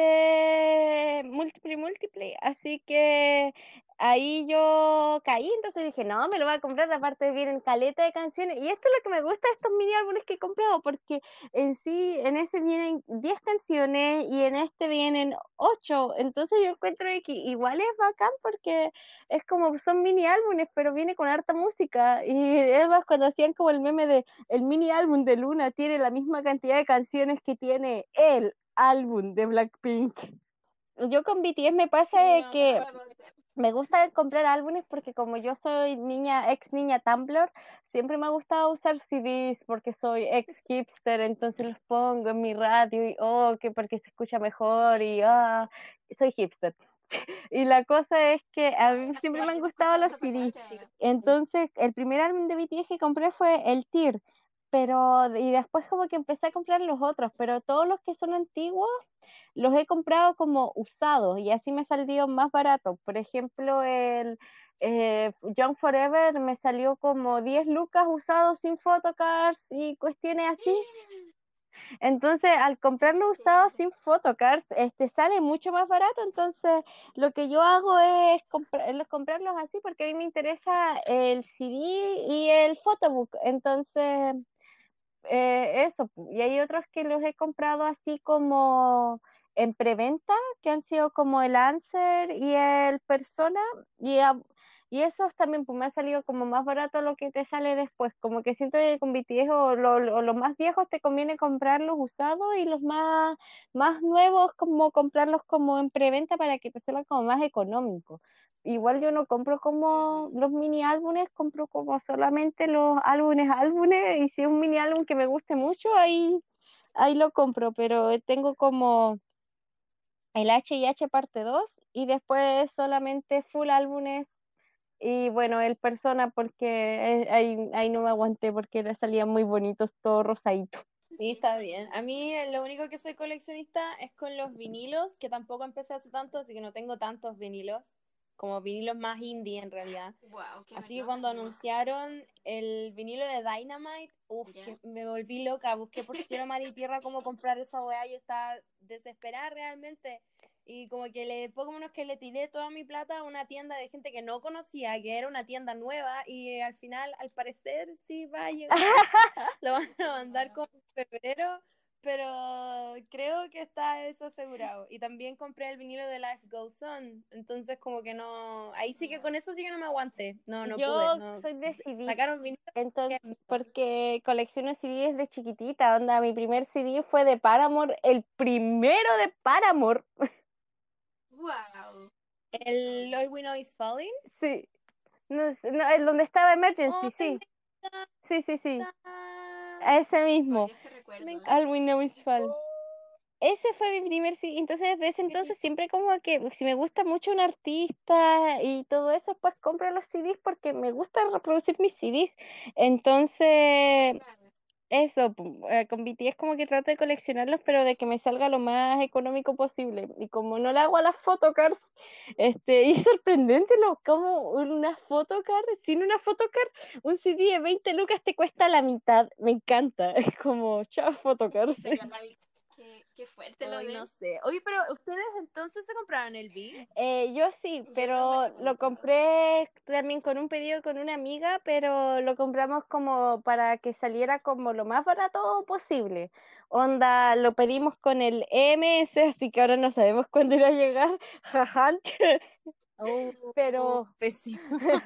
este Multiply Multiply, así que ahí yo caí, entonces dije, no, me lo voy a comprar, aparte vienen caleta de canciones, y esto es lo que me gusta de estos mini álbumes que he comprado, porque en sí, en ese vienen diez canciones y en este vienen ocho, entonces yo encuentro que igual es bacán porque es como, son mini álbumes, pero viene con harta música, y es más cuando hacían como el meme de el mini álbum de Luna tiene la misma cantidad de canciones que tiene el álbum de Blackpink. Yo con B T S me pasa Sí, de no, que pero- me gusta comprar álbumes porque como yo soy niña, ex niña Tumblr, siempre me ha gustado usar C Ds porque soy ex hipster, entonces los pongo en mi radio y oh, que porque se escucha mejor y ah, soy hipster. Y la cosa es que a mí siempre me han gustado los C Ds. Entonces, el primer álbum de B T S que compré fue el Tear, pero y después como que empecé a comprar los otros, pero todos los que son antiguos los he comprado como usados y así me salió más barato. Por ejemplo, el eh, Young Forever me salió como diez lucas usados sin photocards y cuestiones así. Entonces, al comprarlo usado sin photocards, este sale mucho más barato. Entonces, lo que yo hago es compra- comprarlos así porque a mí me interesa el C D y el photobook. Entonces, eh, eso. Y hay otros que los he comprado así como en preventa, que han sido como el Answer y el Persona. Y, a- y esos también pues, me ha salido como más barato lo que te sale después. Como que siento que con B T S o, lo- lo- los más viejos te conviene comprarlos usados y los más, más nuevos como comprarlos como en preventa para que te salgan como más económicos. Igual yo no compro como los mini álbumes, compro como solamente los álbumes, álbumes, y si es un mini álbum que me guste mucho, ahí, ahí lo compro, pero tengo como el H y H parte dos y después solamente full álbumes y bueno, el Persona porque eh, ahí, ahí no me aguanté porque le salían muy bonitos, todo rosadito. Sí, está bien. A mí eh, lo único que soy coleccionista es con los vinilos, que tampoco empecé hace tanto, así que no tengo tantos vinilos, como vinilos más indie en realidad. Wow, qué Así que bacán. cuando anunciaron el vinilo de Dynamite, uff, Ya. que me volví loca, busqué por cielo, mar y tierra cómo comprar esa weá, yo estaba desesperada realmente. y como que le, poco menos que le tiré toda mi plata a una tienda de gente que no conocía, que era una tienda nueva, y al final, al parecer, sí va a llegar, lo van a mandar como en febrero, pero creo que está eso asegurado. Y también compré el vinilo de Life Goes On, entonces como que no, ahí sí que con eso sí que no me aguanté, no, no pude, Yo no, soy de C D, sacaron vinilo. entonces, porque colecciono C D desde chiquitita, onda, mi primer C D fue de Paramore, el primero de Paramore. Wow. El All We Know Is Falling. Sí, no, sé, no, el donde estaba Emergency, ¡Ay, sí, me encanta! sí, sí, sí, ese mismo, Todavía este recuerdo. All We Know Is Falling. Ese fue mi primer C D, entonces desde ese entonces siempre como que si me gusta mucho un artista y todo eso, pues compro los C Ds porque me gusta reproducir mis C Ds. Entonces, Claro. eso, pu- eh, con B T S como que trato de coleccionarlos, pero de que me salga lo más económico posible. Y como no le hago a las photocards, este, y es sorprendente lo como una photocard, sin una photocard, un C D de veinte lucas te cuesta la mitad. Me encanta, es como, chao photocards. En serio, Gaby, qué, qué fuerte lo Ay, de no él. sé. Oye, pero ¿ustedes entonces se compraron el B? Eh, yo sí, Yo no me pero lo lo comprado. compré también con un pedido con una amiga, pero lo compramos como para que saliera como lo más barato posible. Onda, lo pedimos con el E M S, así que ahora no sabemos cuándo irá a llegar. Jajant. Oh, Pero pésimo.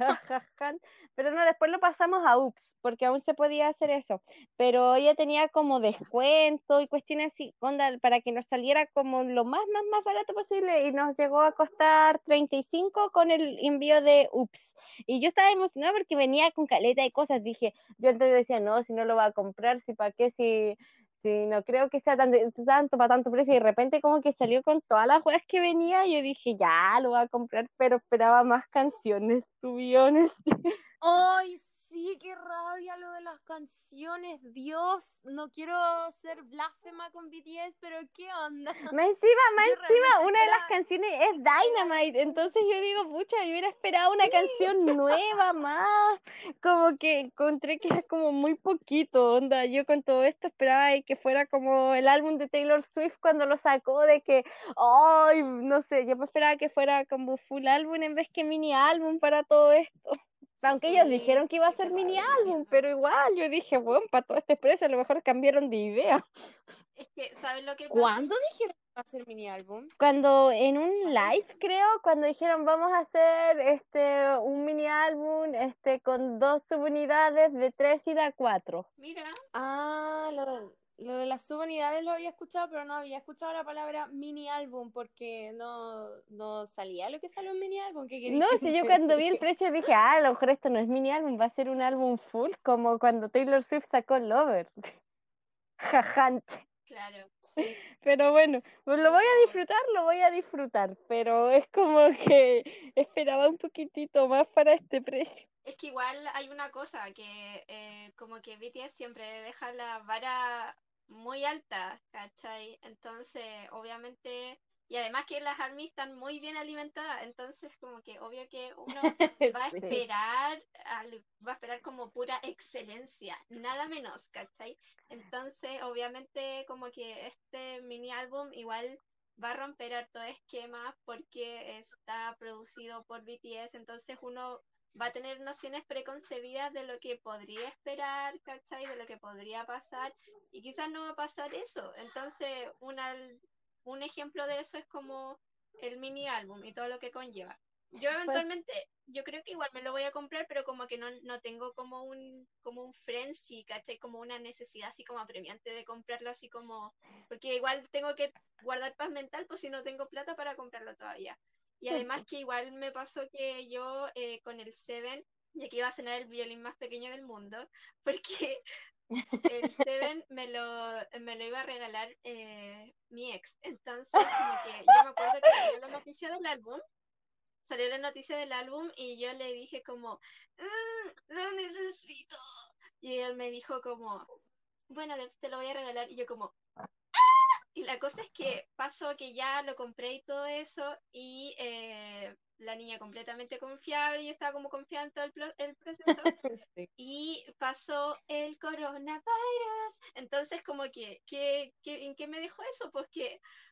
pero no, después lo pasamos a U P S, porque aún se podía hacer eso. Pero ella tenía como descuento y cuestiones así, onda, para que nos saliera como lo más, más, más barato posible y nos llegó a costar treinta y cinco con el envío de U P S. Y yo estaba emocionada porque venía con caleta de cosas. Dije, yo entonces decía, no, si no lo va a comprar, si para qué, si Sí, no creo que sea tan, tanto para tanto precio. Y de repente como que salió con todas las weas que venía. Y yo dije, ya, lo voy a comprar, pero esperaba más canciones, to be honest. Ay, sí, qué rabia lo de las canciones. Dios, no quiero ser blasfema con B T S, pero ¿qué onda? Más encima, más Yo encima, realmente una de las esperaba canciones es que llegara Dynamite. Entonces yo digo, pucha, yo hubiera esperado una sí. canción nueva más. Como que encontré que era como muy poquito, onda. Yo con todo esto esperaba de que fuera como el álbum de Taylor Swift cuando lo sacó, de que, ay, no sé, yo me esperaba que fuera como full álbum en vez que mini álbum para todo esto. Aunque ellos Sí. dijeron que iba a Es ser que sí, mini te álbum, entiendo. pero igual yo dije, bueno, para todo este precio a lo mejor cambiaron de idea. Es que, ¿sabes lo que pasa? ¿Cuándo dijeron que va a ser mini álbum? Cuando en un ¿Cuándo live, dijeron? creo, cuando dijeron vamos a hacer este un mini álbum este con dos subunidades de tres y de cuatro. Mira, Ah, lo, lo de las subunidades lo había escuchado, pero no había escuchado la palabra mini álbum porque no, no salía lo que sale un mini álbum. ¿Qué No, queréis que si yo te cuando vi el diga? precio dije, ah, a lo mejor esto no es mini álbum, va a ser un álbum full, como cuando Taylor Swift sacó Lover. Jajante. claro, Pero bueno, pues lo sí, voy a po. disfrutar, lo voy a disfrutar, pero es como que esperaba un poquitito más para este precio. Es que igual hay una cosa, que eh, como que B T S siempre deja la vara muy alta, ¿cachai? Entonces, obviamente, y además que las ARMY están muy bien alimentadas, entonces como que obvio que uno va a Sí. esperar, al- va a esperar como pura excelencia, nada menos, ¿cachai? Entonces, obviamente, como que este mini álbum igual va a romper harto esquemas porque está producido por B T S, entonces uno va a tener nociones preconcebidas de lo que podría esperar, ¿cachai? De lo que podría pasar, y quizás no va a pasar eso. Entonces, una, un ejemplo de eso es como el mini álbum y todo lo que conlleva. Yo Pues, eventualmente, yo creo que igual me lo voy a comprar, pero como que no, no tengo como un, como un frenzy, ¿cachai? Como una necesidad así como apremiante de comprarlo así como, porque igual tengo que guardar paz mental, pues si no tengo plata para comprarlo todavía. Y sí, además que igual me pasó que yo eh, con el Seven, ya que iba a cenar el violín más pequeño del mundo, porque el Seven me lo, me lo iba a regalar eh, mi ex. Entonces, como que yo me acuerdo que salió la noticia del álbum, salió la noticia del álbum y yo le dije como, "Mm, lo necesito". Y él me dijo como, bueno, Debs, te lo voy a regalar. Y yo como, y la cosa es que pasó que ya lo compré y todo eso, y eh, la niña completamente confiable, yo estaba como confiada en todo el, pro- el proceso, Sí. y pasó el coronavirus. Entonces, como que, ¿qué, qué, en qué me dejó eso? Pues que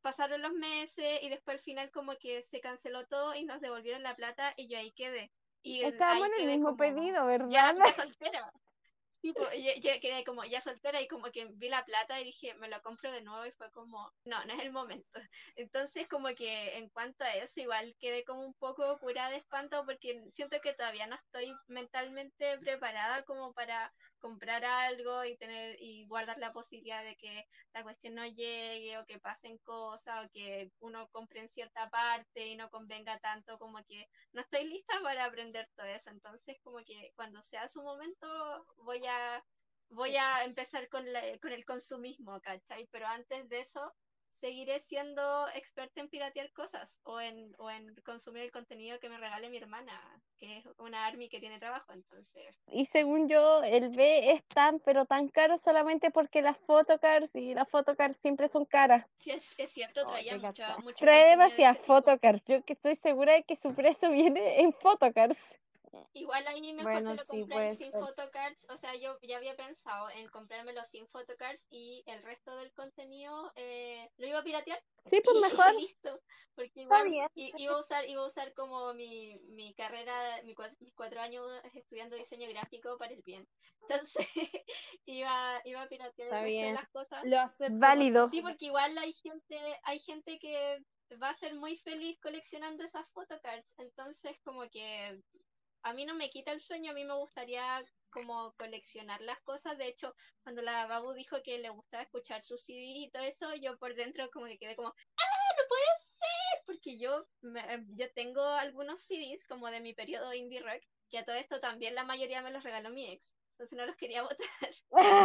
pasaron los meses y después al final como que se canceló todo y nos devolvieron la plata y yo ahí quedé. Y Estábamos ahí en el quedé mismo como, pedido, ¿verdad? ya, ya soltera. Sí, pues, yo, yo quedé como ya soltera y como que vi la plata y dije, me lo compro de nuevo y fue como, no, no es el momento. Entonces como que en cuanto a eso igual quedé como un poco curada de espanto porque siento que todavía no estoy mentalmente preparada como para comprar algo y tener y guardar la posibilidad de que la cuestión no llegue o que pasen cosas o que uno compre en cierta parte y no convenga tanto, como que no estoy lista para aprender todo eso. Entonces como que cuando sea su momento voy a voy a empezar con, la- con el consumismo, ¿cachai? Pero antes de eso seguiré siendo experta en piratear cosas o en, o en consumir el contenido que me regale mi hermana, que es una army que tiene trabajo, entonces. Y según yo, el B es tan, pero tan caro solamente porque las photocards y las photocards siempre son caras. Sí, es, es cierto, Oh, traía te mucho, cachaste. mucho Trae contenido de demasiadas ese tipo. photocards. Yo que estoy segura de que su precio viene en photocards. Igual ahí mejor Bueno, te lo sí, compráis puede sin ser. photocards, o sea, yo ya había pensado en comprármelo sin photocards y el resto del contenido eh, lo iba a piratear Sí, pues y mejor. listo, porque Está igual bien. i- Sí. iba a usar iba a usar como mi, mi carrera, mi cua- mis cuatro años estudiando diseño gráfico para el bien. Entonces iba, iba a piratear el Está resto de bien. las cosas. Lo acepto. Válido. Sí, porque igual hay gente, hay gente que va a ser muy feliz coleccionando esas photocards, entonces como que a mí no me quita el sueño, a mí me gustaría como coleccionar las cosas. De hecho, cuando la Babu dijo que le gustaba escuchar sus C Ds y todo eso, yo por dentro como que quedé como, ¡ah, no puede ser! Porque yo, me- yo tengo algunos C Ds como de mi periodo indie rock, que a todo esto también la mayoría me los regaló mi ex. Entonces no los quería botar.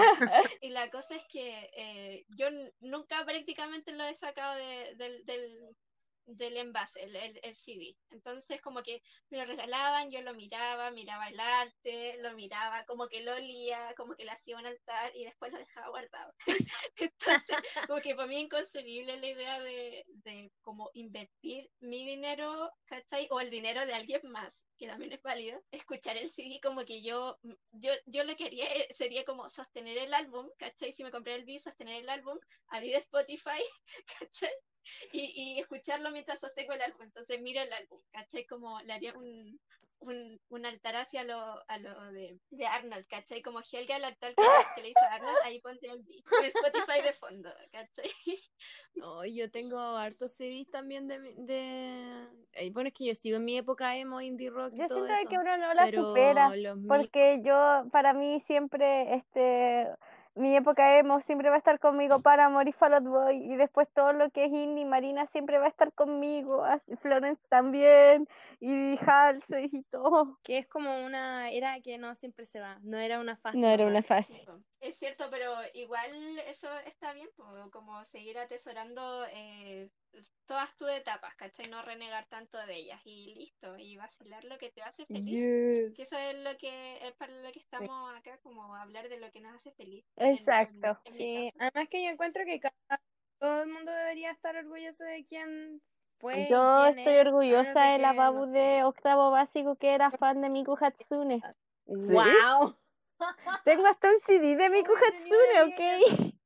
Y la cosa es que eh, yo n- nunca prácticamente lo he sacado de- del, del, del envase, el, el, el C D. Entonces como que me lo regalaban, yo lo miraba, miraba el arte, lo miraba, como que lo olía, como que le hacía un altar y después lo dejaba guardado. Entonces, como que para mí es inconcebible la idea de, de como invertir mi dinero, ¿cachai? O el dinero de alguien más, que también es válido, escuchar el C D como que yo, yo, yo lo quería, eh, sería como sostener el álbum, ¿cachai? Si me compré el B I, sostener el álbum, abrir Spotify, ¿cachai? Y, y escucharlo mientras sostengo el álbum. Entonces miro el álbum, ¿cachai? Como le haría un, un, un altar hacia lo, a lo de, de Arnold, ¿cachai? Como Helga, el altar que, que le hizo a Arnold, ahí pondría el beat. Con Spotify de fondo, ¿cachai? No, yo tengo hartos C Ds también de, mi- de... eh, Bueno, es que yo sigo en mi época emo, indie rock y Yo todo siento de eso. que uno no la Pero supera, los míos... porque yo, para mí siempre, este, mi época emo siempre va a estar conmigo para y Fall Out Boy, y después todo lo que es indie, Marina siempre va a estar conmigo, así, Florence también, y Halsey y todo. Que es como una era que no siempre se va, no era una fase No era una nomás. Sí, fase. po. Es cierto, pero igual eso está bien, po, como seguir atesorando eh, todas tus etapas, ¿cachai? No renegar tanto de ellas y listo, y vacilar lo que te hace feliz. Que eso Yes. es lo que es para lo que estamos acá, como hablar de lo que nos hace feliz. En, en, Exacto. en mi Sí, caso. además que yo encuentro que cada- todo el mundo debería estar orgulloso de quién fue y Yo quién estoy es, a menos orgullosa de de la que, no Babu de sé. octavo básico que era fan de Miku Hatsune. ¿Sí? ¡Wow! Tengo hasta un C D de Miku Uy, tenía una Hatsune, amiga que hacía ¿ok?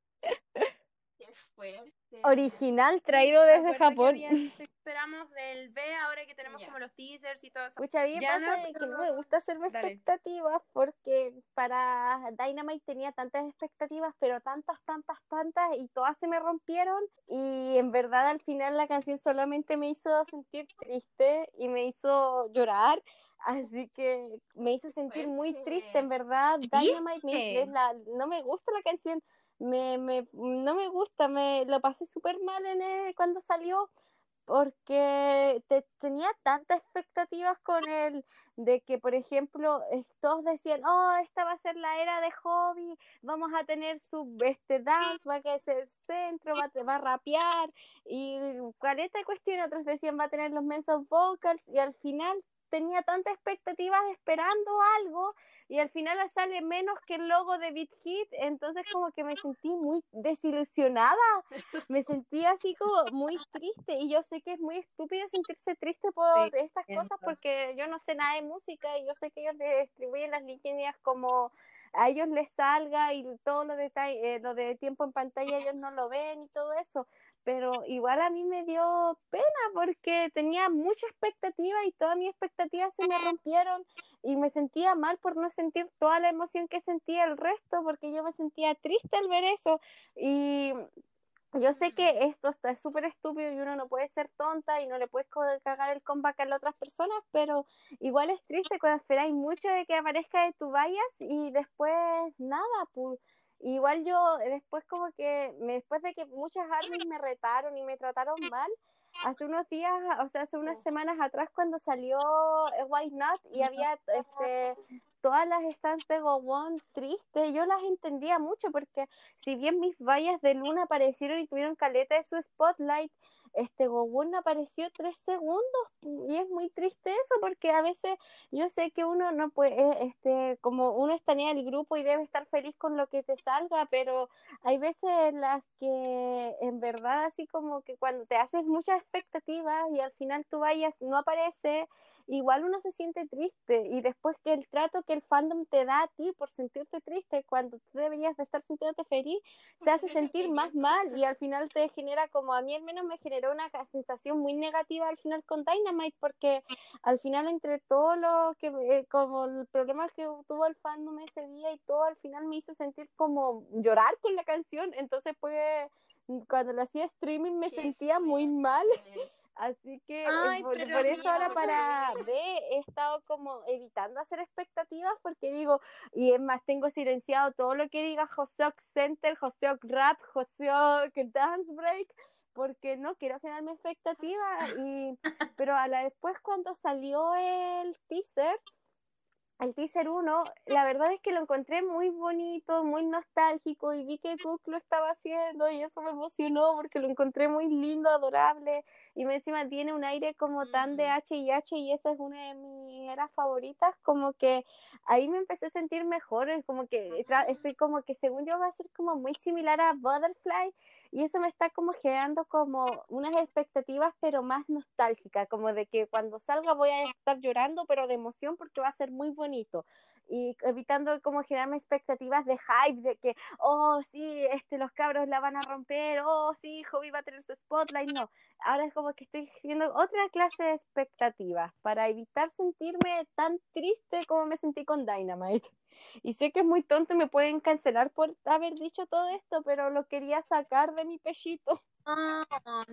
Qué fuerte. Original, sí, traído me desde acuerdo que Japón. había dicho que esperamos del B ahora que tenemos Ya. como los teasers y todo eso. Pucha, a mí me Ya no, pasa de que no me gusta hacerme dale. expectativas porque para Dynamite tenía tantas expectativas, pero tantas, tantas, tantas, y todas se me rompieron. Y en verdad al final la canción solamente me hizo sentir triste y me hizo llorar. Así que me hizo sentir muy triste, en Fuerte. verdad. Dynamite me, ¿Viste? es la, no me gusta la canción, me, me, no me gusta, me lo pasé súper mal en el- cuando salió porque te, tenía tantas expectativas con él, de que, por ejemplo, eh, todos decían, oh, esta va a ser la era de Hobby, vamos a tener su este dance, va a ser centro, va, a- va a rapear, y caleta de cuestión, otros decían va a tener los mensos vocals, y al final tenía tantas expectativas esperando algo, y al final sale menos que el logo de Beat Hit, entonces como que me sentí muy desilusionada, me sentí así como muy triste, y yo sé que es muy estúpido sentirse triste Sí, por estas entiendo. cosas porque yo no sé nada de música y yo sé que ellos distribuyen las líneas como a ellos les salga, y todo lo de, eh, lo de tiempo en pantalla ellos no lo ven y todo eso, pero igual a mí me dio pena porque tenía mucha expectativa y todas mis expectativas se me rompieron y me sentía mal por no sentir toda la emoción que sentía el resto, porque yo me sentía triste al ver eso. Y yo sé que esto está súper estúpido y uno no puede ser tonta y no le puedes cagar el comeback a las otras personas, pero igual es triste cuando esperáis mucho de que aparezca de tu vallas y después nada, pues. Igual yo después como que, me, después de que muchas armies me retaron y me trataron mal, hace unos días, o sea, hace unas semanas atrás cuando salió eh, Why Not y había este todas las stands de Gowon tristes, yo las entendía mucho porque si bien mis vallas de luna aparecieron y tuvieron caleta de su spotlight, este Gowon apareció tres segundos y es muy triste eso porque a veces yo sé que uno no puede, eh, este, como uno está en el grupo y debe estar feliz con lo que te salga, pero hay veces en las que en verdad así como que cuando te haces muchas expectativas y al final tu vallas no aparece, igual uno se siente triste y después que el trato que el fandom te da a ti por sentirte triste cuando tú deberías de estar sintiéndote feliz, te hace sentir más mal y al final te genera, como a mí al menos me generó una sensación muy negativa al final con Dynamite porque al final entre todo lo que, eh, como el problema que tuvo el fandom ese día y todo, al final me hizo sentir como llorar con la canción, entonces pues cuando lo hacía streaming me Qué sentía muy mal. fuerte. Así que eh, Ay, por, pero por eso ahora Dios, para sí. B he estado como evitando hacer expectativas porque digo, y es más, tengo silenciado todo lo que diga Joseok Center, Joseok Rap, Joseok Dance Break, porque no quiero generarme expectativas. Y, pero a la después cuando salió el teaser, el teaser uno, la verdad es que lo encontré muy bonito, muy nostálgico y vi que Cook lo estaba haciendo y eso me emocionó porque lo encontré muy lindo, adorable y me encima tiene un aire como tan de Mm, H y H y esa es una de mis eras favoritas, como que ahí me empecé a sentir mejor, es como que tra- estoy como que según yo va a ser como muy similar a Butterfly y eso me está como generando como unas expectativas pero más nostálgicas, como de que cuando salga voy a estar llorando pero de emoción porque va a ser muy bonito y evitando como generarme expectativas de hype, de que, oh, sí, este, los cabros la van a romper, oh, sí, Hobby va a tener su spotlight, no, ahora es como que estoy haciendo otra clase de expectativas para evitar sentirme tan triste como me sentí con Dynamite. Y sé que es muy tonto y me pueden cancelar por haber dicho todo esto, pero lo quería sacar de mi pechito. no,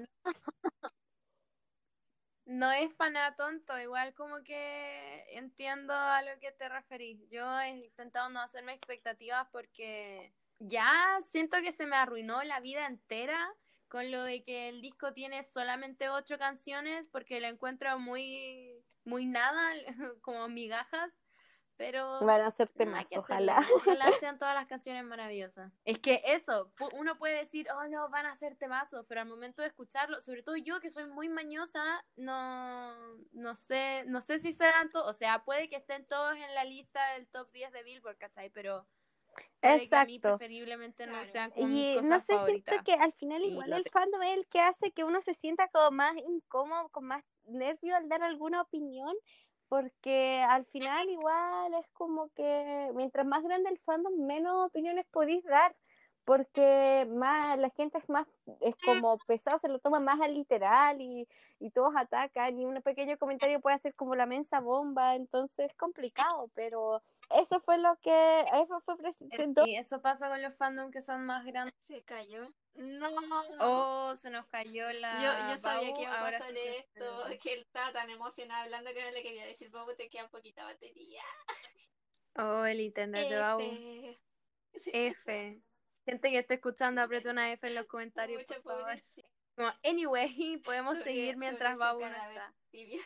no es para nada tonto, igual como que entiendo a lo que te referís. Yo he intentado no hacerme expectativas porque ya siento que se me arruinó la vida entera con lo de que el disco tiene solamente ocho canciones porque lo encuentro muy, muy nada, como migajas. Pero Van a hacerte nada más, que ojalá. hacerle. Ojalá sean todas las canciones maravillosas. Es que eso, pu- uno puede decir, oh no, van a ser temazos, pero al momento de escucharlo, sobre todo yo que soy muy mañosa, no, no sé, no sé si serán todos, o sea, puede que estén todos en la lista del top diez de Billboard, ¿cachai? Pero puede que a mí Exacto. preferiblemente no claro. sean como mis Y no cosas sé, siento favoritas. que al final Y igual lo el tengo. fandom es el que hace que uno se sienta como más incómodo, con más nervio al dar alguna opinión, porque al final igual es como que mientras más grande el fandom, menos opiniones podéis dar, porque más la gente es más, es como pesado, se lo toma más al literal y, y todos atacan y un pequeño comentario puede ser como la mensa bomba, entonces es complicado, pero eso fue lo que, eso fue presentado. Y eso pasa con los fandom que son más grandes. Se cayó. No. Oh, se nos cayó Yo, yo la sabía que Bau, iba a ahora pasar sí se esto, que él estaba tan emocionado hablando que no le quería decir, Bobo, te queda poquita batería. Oh, el internet de F. Bau. Sí, pesado. F. Gente que esté escuchando, apriete una F en los comentarios, por Mucha favor. pobrecita. Como, anyway, podemos Sobre, seguir sobre mientras su Bau no cadáver está. tibio.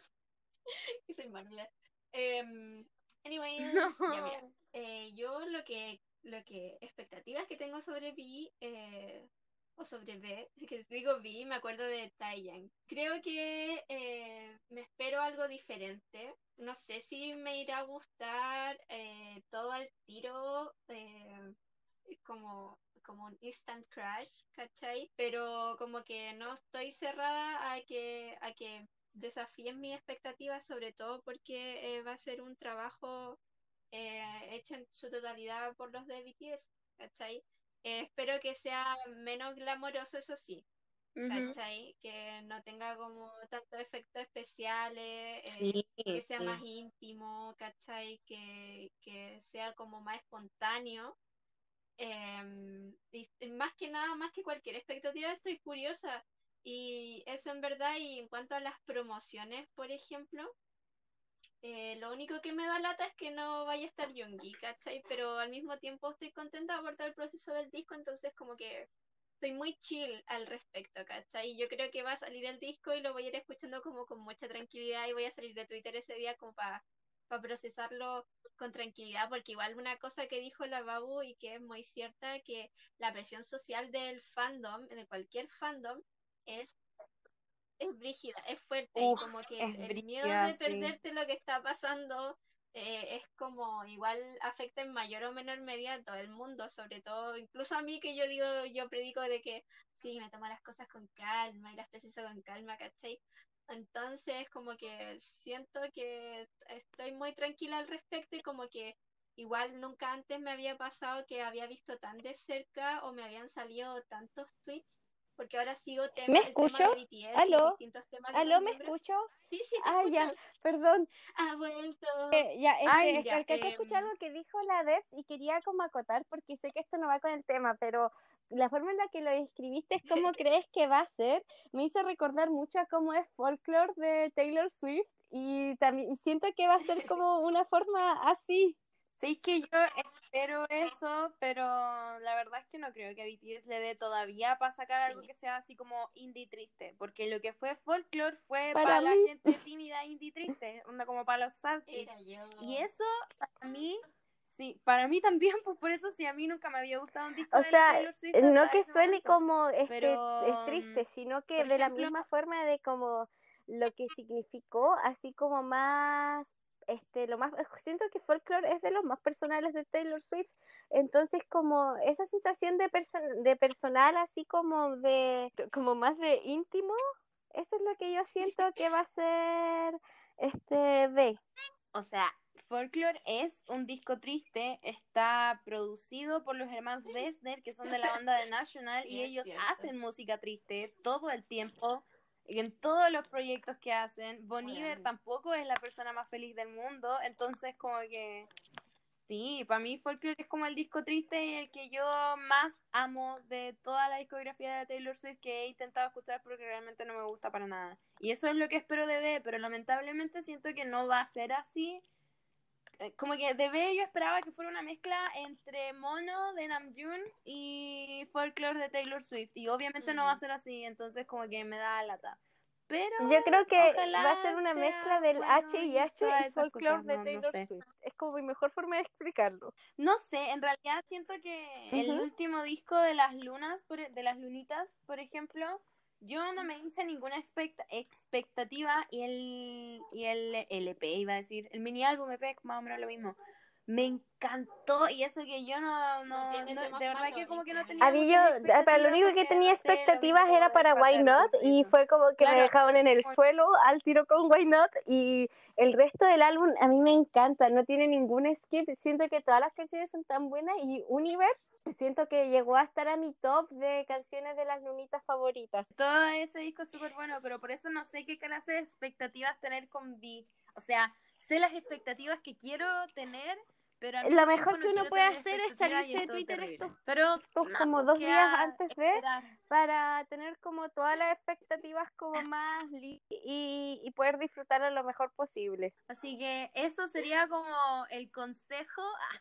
Y soy Manuela. Em, anyways, ya mira. No. eh, yo lo que, lo que, expectativas que tengo sobre V, eh, o sobre B, que digo V, me acuerdo de Taeyang. Creo que eh, me espero algo diferente. No sé si me irá a gustar eh, todo al tiro, eh, como, como un instant crash, ¿cachai? Pero como que no estoy cerrada a que, a que desafíen mis expectativas, sobre todo porque eh, va a ser un trabajo eh, hecho en su totalidad por los de B T S, ¿cachai? Eh, espero que sea menos glamoroso, eso sí. Ujú. ¿cachai? Que no tenga como tantos efectos especiales, eh, Sí, que sea más sí. íntimo, ¿cachai? Que, que sea como más espontáneo. Em, y, y más que nada, más que cualquier expectativa, estoy curiosa. Y eso en verdad, y en cuanto a las promociones, por ejemplo, eh, lo único que me da lata es que no vaya a estar Yoongi, ¿cachai? Pero al mismo tiempo estoy contenta por todo el proceso del disco, entonces como que estoy muy chill al respecto, ¿cachai? Y yo creo que va a salir el disco y lo voy a ir escuchando como con mucha tranquilidad y voy a salir de Twitter ese día como para procesarlo con tranquilidad, porque igual una cosa que dijo la Babu y que es muy cierta, que la presión social del fandom, de cualquier fandom, es es brígida, es fuerte y Uf, como que el, es el miedo brígida, de sí. perderte lo que está pasando eh, es como igual afecta en mayor o menor medida a todo el mundo, sobre todo incluso a mí que yo digo, yo predico de que sí, me tomo las cosas con calma y las proceso con calma, ¿cachai? Entonces como que siento que estoy muy tranquila al respecto y como que igual nunca antes me había pasado que había visto tan de cerca o me habían salido tantos tweets porque ahora sigo ¿Me tema, el tema escucho? de B T S y ¿Aló? distintos temas de los ¿Aló? ¿Me miembros. escucho? Sí, sí, te Ah, escucho. ya, perdón. Ha vuelto. Eh, ya, es que, Ay, es que Ya, alcancé a escuchar em, lo que dijo la Debs y quería como acotar porque sé que esto no va con el tema, pero la forma en la que lo describiste es cómo crees que va a ser, me hizo recordar mucho a cómo es Folklore de Taylor Swift y también y siento que va a ser como una forma así. sí que yo espero eso, pero la verdad es que no creo que a B T S le dé todavía para sacar algo sí, que sea así como indie triste, porque lo que fue Folklore fue Para para mí, la gente tímida indie triste, onda como para los sad kids. era yo. Y eso para mí, sí, para mí también, pues por eso sí, a mí nunca me había gustado un disco o de la sea, Taylor Swift no hasta que ese suene momento. como este es Pero, mm, triste, sino que por de la ejemplo, misma forma de como lo que significó, así como más, este, lo más, siento que Folklore es de los más personales de Taylor Swift, entonces como esa sensación de perso- de personal, así como de, como más de íntimo, eso es lo que yo siento que va a ser, este, B. o sea, Folklore es un disco triste, está producido por los hermanos Dresner, que son de la banda de National, Sí, y es ellos cierto. hacen música triste todo el tiempo, en todos los proyectos que hacen. Bon Iver Bueno, tampoco es la persona más feliz del mundo, entonces como que sí, para mí Folklore es como el disco triste y el que yo más amo de toda la discografía de Taylor Swift que he intentado escuchar porque realmente no me gusta para nada. Y eso es lo que espero de B, pero lamentablemente siento que no va a ser así. Eh, Como que de B yo esperaba que fuera una mezcla entre Mono de Namjoon y Folklore de Taylor Swift. Y obviamente no va a mm, ser así, entonces como que me da lata. Pero Yo creo que va a ser ojalá una mezcla sea del H bueno y y H todas y esas folklore cosas, de no, no Taylor sé. Swift. Es como mi mejor forma de explicarlo. No sé, en realidad siento que el Ujú. último disco de las lunas, por- e, de las lunitas, por ejemplo, yo no me hice ninguna expecta- expectativa y el, y el L P, iba a decir, el mini álbum E P, más o menos lo mismo. Me encantó y eso que yo no, no no, tiene no, temas de verdad malos, que como que no A tenía mí yo, muchas increíble. a- para lo expectativas único que porque, tenía no sé, lo mismo expectativas como era del para Why Fat Not Girls y y eso. fue como que me Claro, dejaron en entonces el como suelo al tiro con Why Not y el resto del álbum a mí me encanta, no tiene ningún skip, siento que todas las canciones son tan buenas y Universe siento que llegó a estar a mi top de canciones de las lunitas favoritas. todo ese disco es súper bueno, pero por eso no sé qué clase de expectativas tener con V. O sea, sé las expectativas que quiero tener, pero al Lo mismo tiempo mejor que no uno quiero puede tener hacer es expectativas y salirse es de todo Twitter terrible. estos, Pero estos nada, como pues dos días queda antes de esperar. para tener como todas las expectativas como más li- y, y poder disfrutarlo lo mejor posible. Así que eso sería como el consejo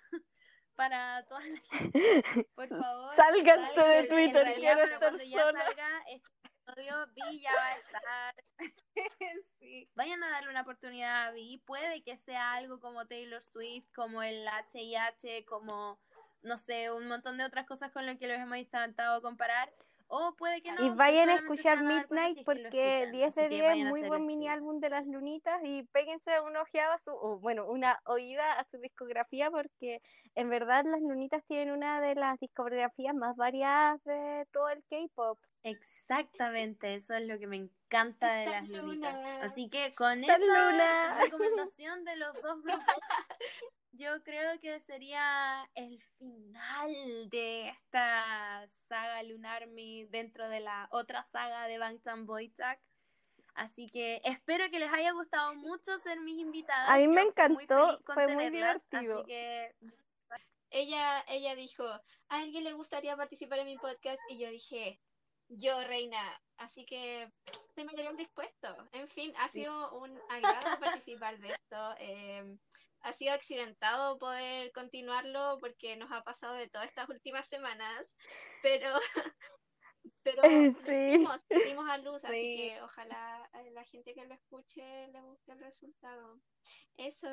para toda la gente. Por favor, Sálganse de sálganse. En Twitter, realidad, quiero para estar cuando ya sola. salga este episodio, Vi ya va a estar. Sí. Vayan a darle una oportunidad a Vi. Puede que sea algo como Taylor Swift, como el H I H, como, no sé, un montón de otras cosas con lo que los hemos intentado comparar. O puede que Y no, que vayan a solamente se escuchar van a dar cuenta Midnight si es que lo porque escuchan. diez Así de que diez es vayan a muy hacer buen eso mini igual. álbum de las lunitas y péguense una ojeada a su, o, bueno, una oída a su discografía porque en verdad las lunitas tienen una de las discografías más variadas de todo el K-pop. Exacto. Exactamente, eso es lo que me encanta de Esta las luna. lunitas. Así que con Esta esa luna. recomendación de los dos grupos, yo creo que sería el final de esta saga Lunarmy dentro de la otra saga de Bangtan Boytag. Así que espero que les haya gustado mucho ser mis invitadas. A mí Yo me fui muy encantó, feliz con fue muy tenerlas, divertido. así que Ella, ella dijo, ¿a alguien le gustaría participar en mi podcast? Y yo dije, yo, reina. Así que se me dieron dispuesto. En fin, ha Sí. sido un agrado participar de esto. Eh, ha sido accidentado poder continuarlo porque nos ha pasado de todas estas últimas semanas. Pero, pero Sí. dimos, dimos a luz, así Sí. que ojalá a la gente que lo escuche le guste el resultado. Eso.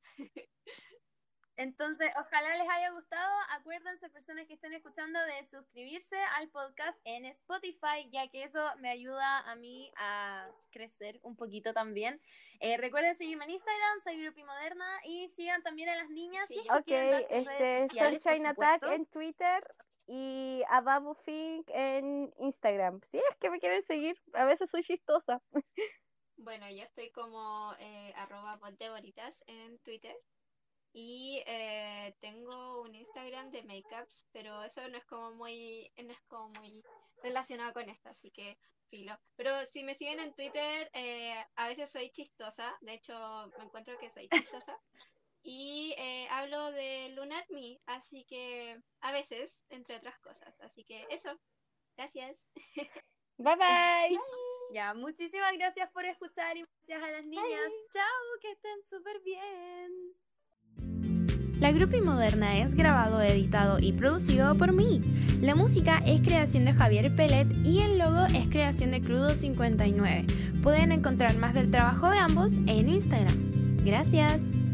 Entonces, ojalá les haya gustado. Acuérdense, personas que estén escuchando, de suscribirse al podcast en Spotify, ya que eso me ayuda a mí a crecer un poquito también. Eh, recuerden seguirme en Instagram, soy Grupi Moderna, y sigan también a las niñas. Sí, Si es yo- que Ok, quieren dar sus redes este, sociales, por Sunshine Attack supuesto. en Twitter y a Babu Fink en Instagram. Si es que me quieren seguir, a veces soy chistosa. Bueno, yo estoy como eh, arroba botdeboritas en Twitter y eh, tengo un Instagram de makeups, pero eso no es como muy, no es como muy relacionado con esto, así que filo. Pero si me siguen en Twitter, eh, a veces soy chistosa, de hecho me encuentro que soy chistosa y eh, hablo de Lunarmy, así que a veces, entre otras cosas, así que eso, gracias. Bye bye. Ya, muchísimas gracias por escuchar y gracias a las niñas. Chao, que estén súper bien. La Grupi Moderna es grabado, editado y producido por mí. La música es creación de Javier Pellet y el logo es creación de Crudo cincuenta y nueve. Pueden encontrar más del trabajo de ambos en Instagram. Gracias.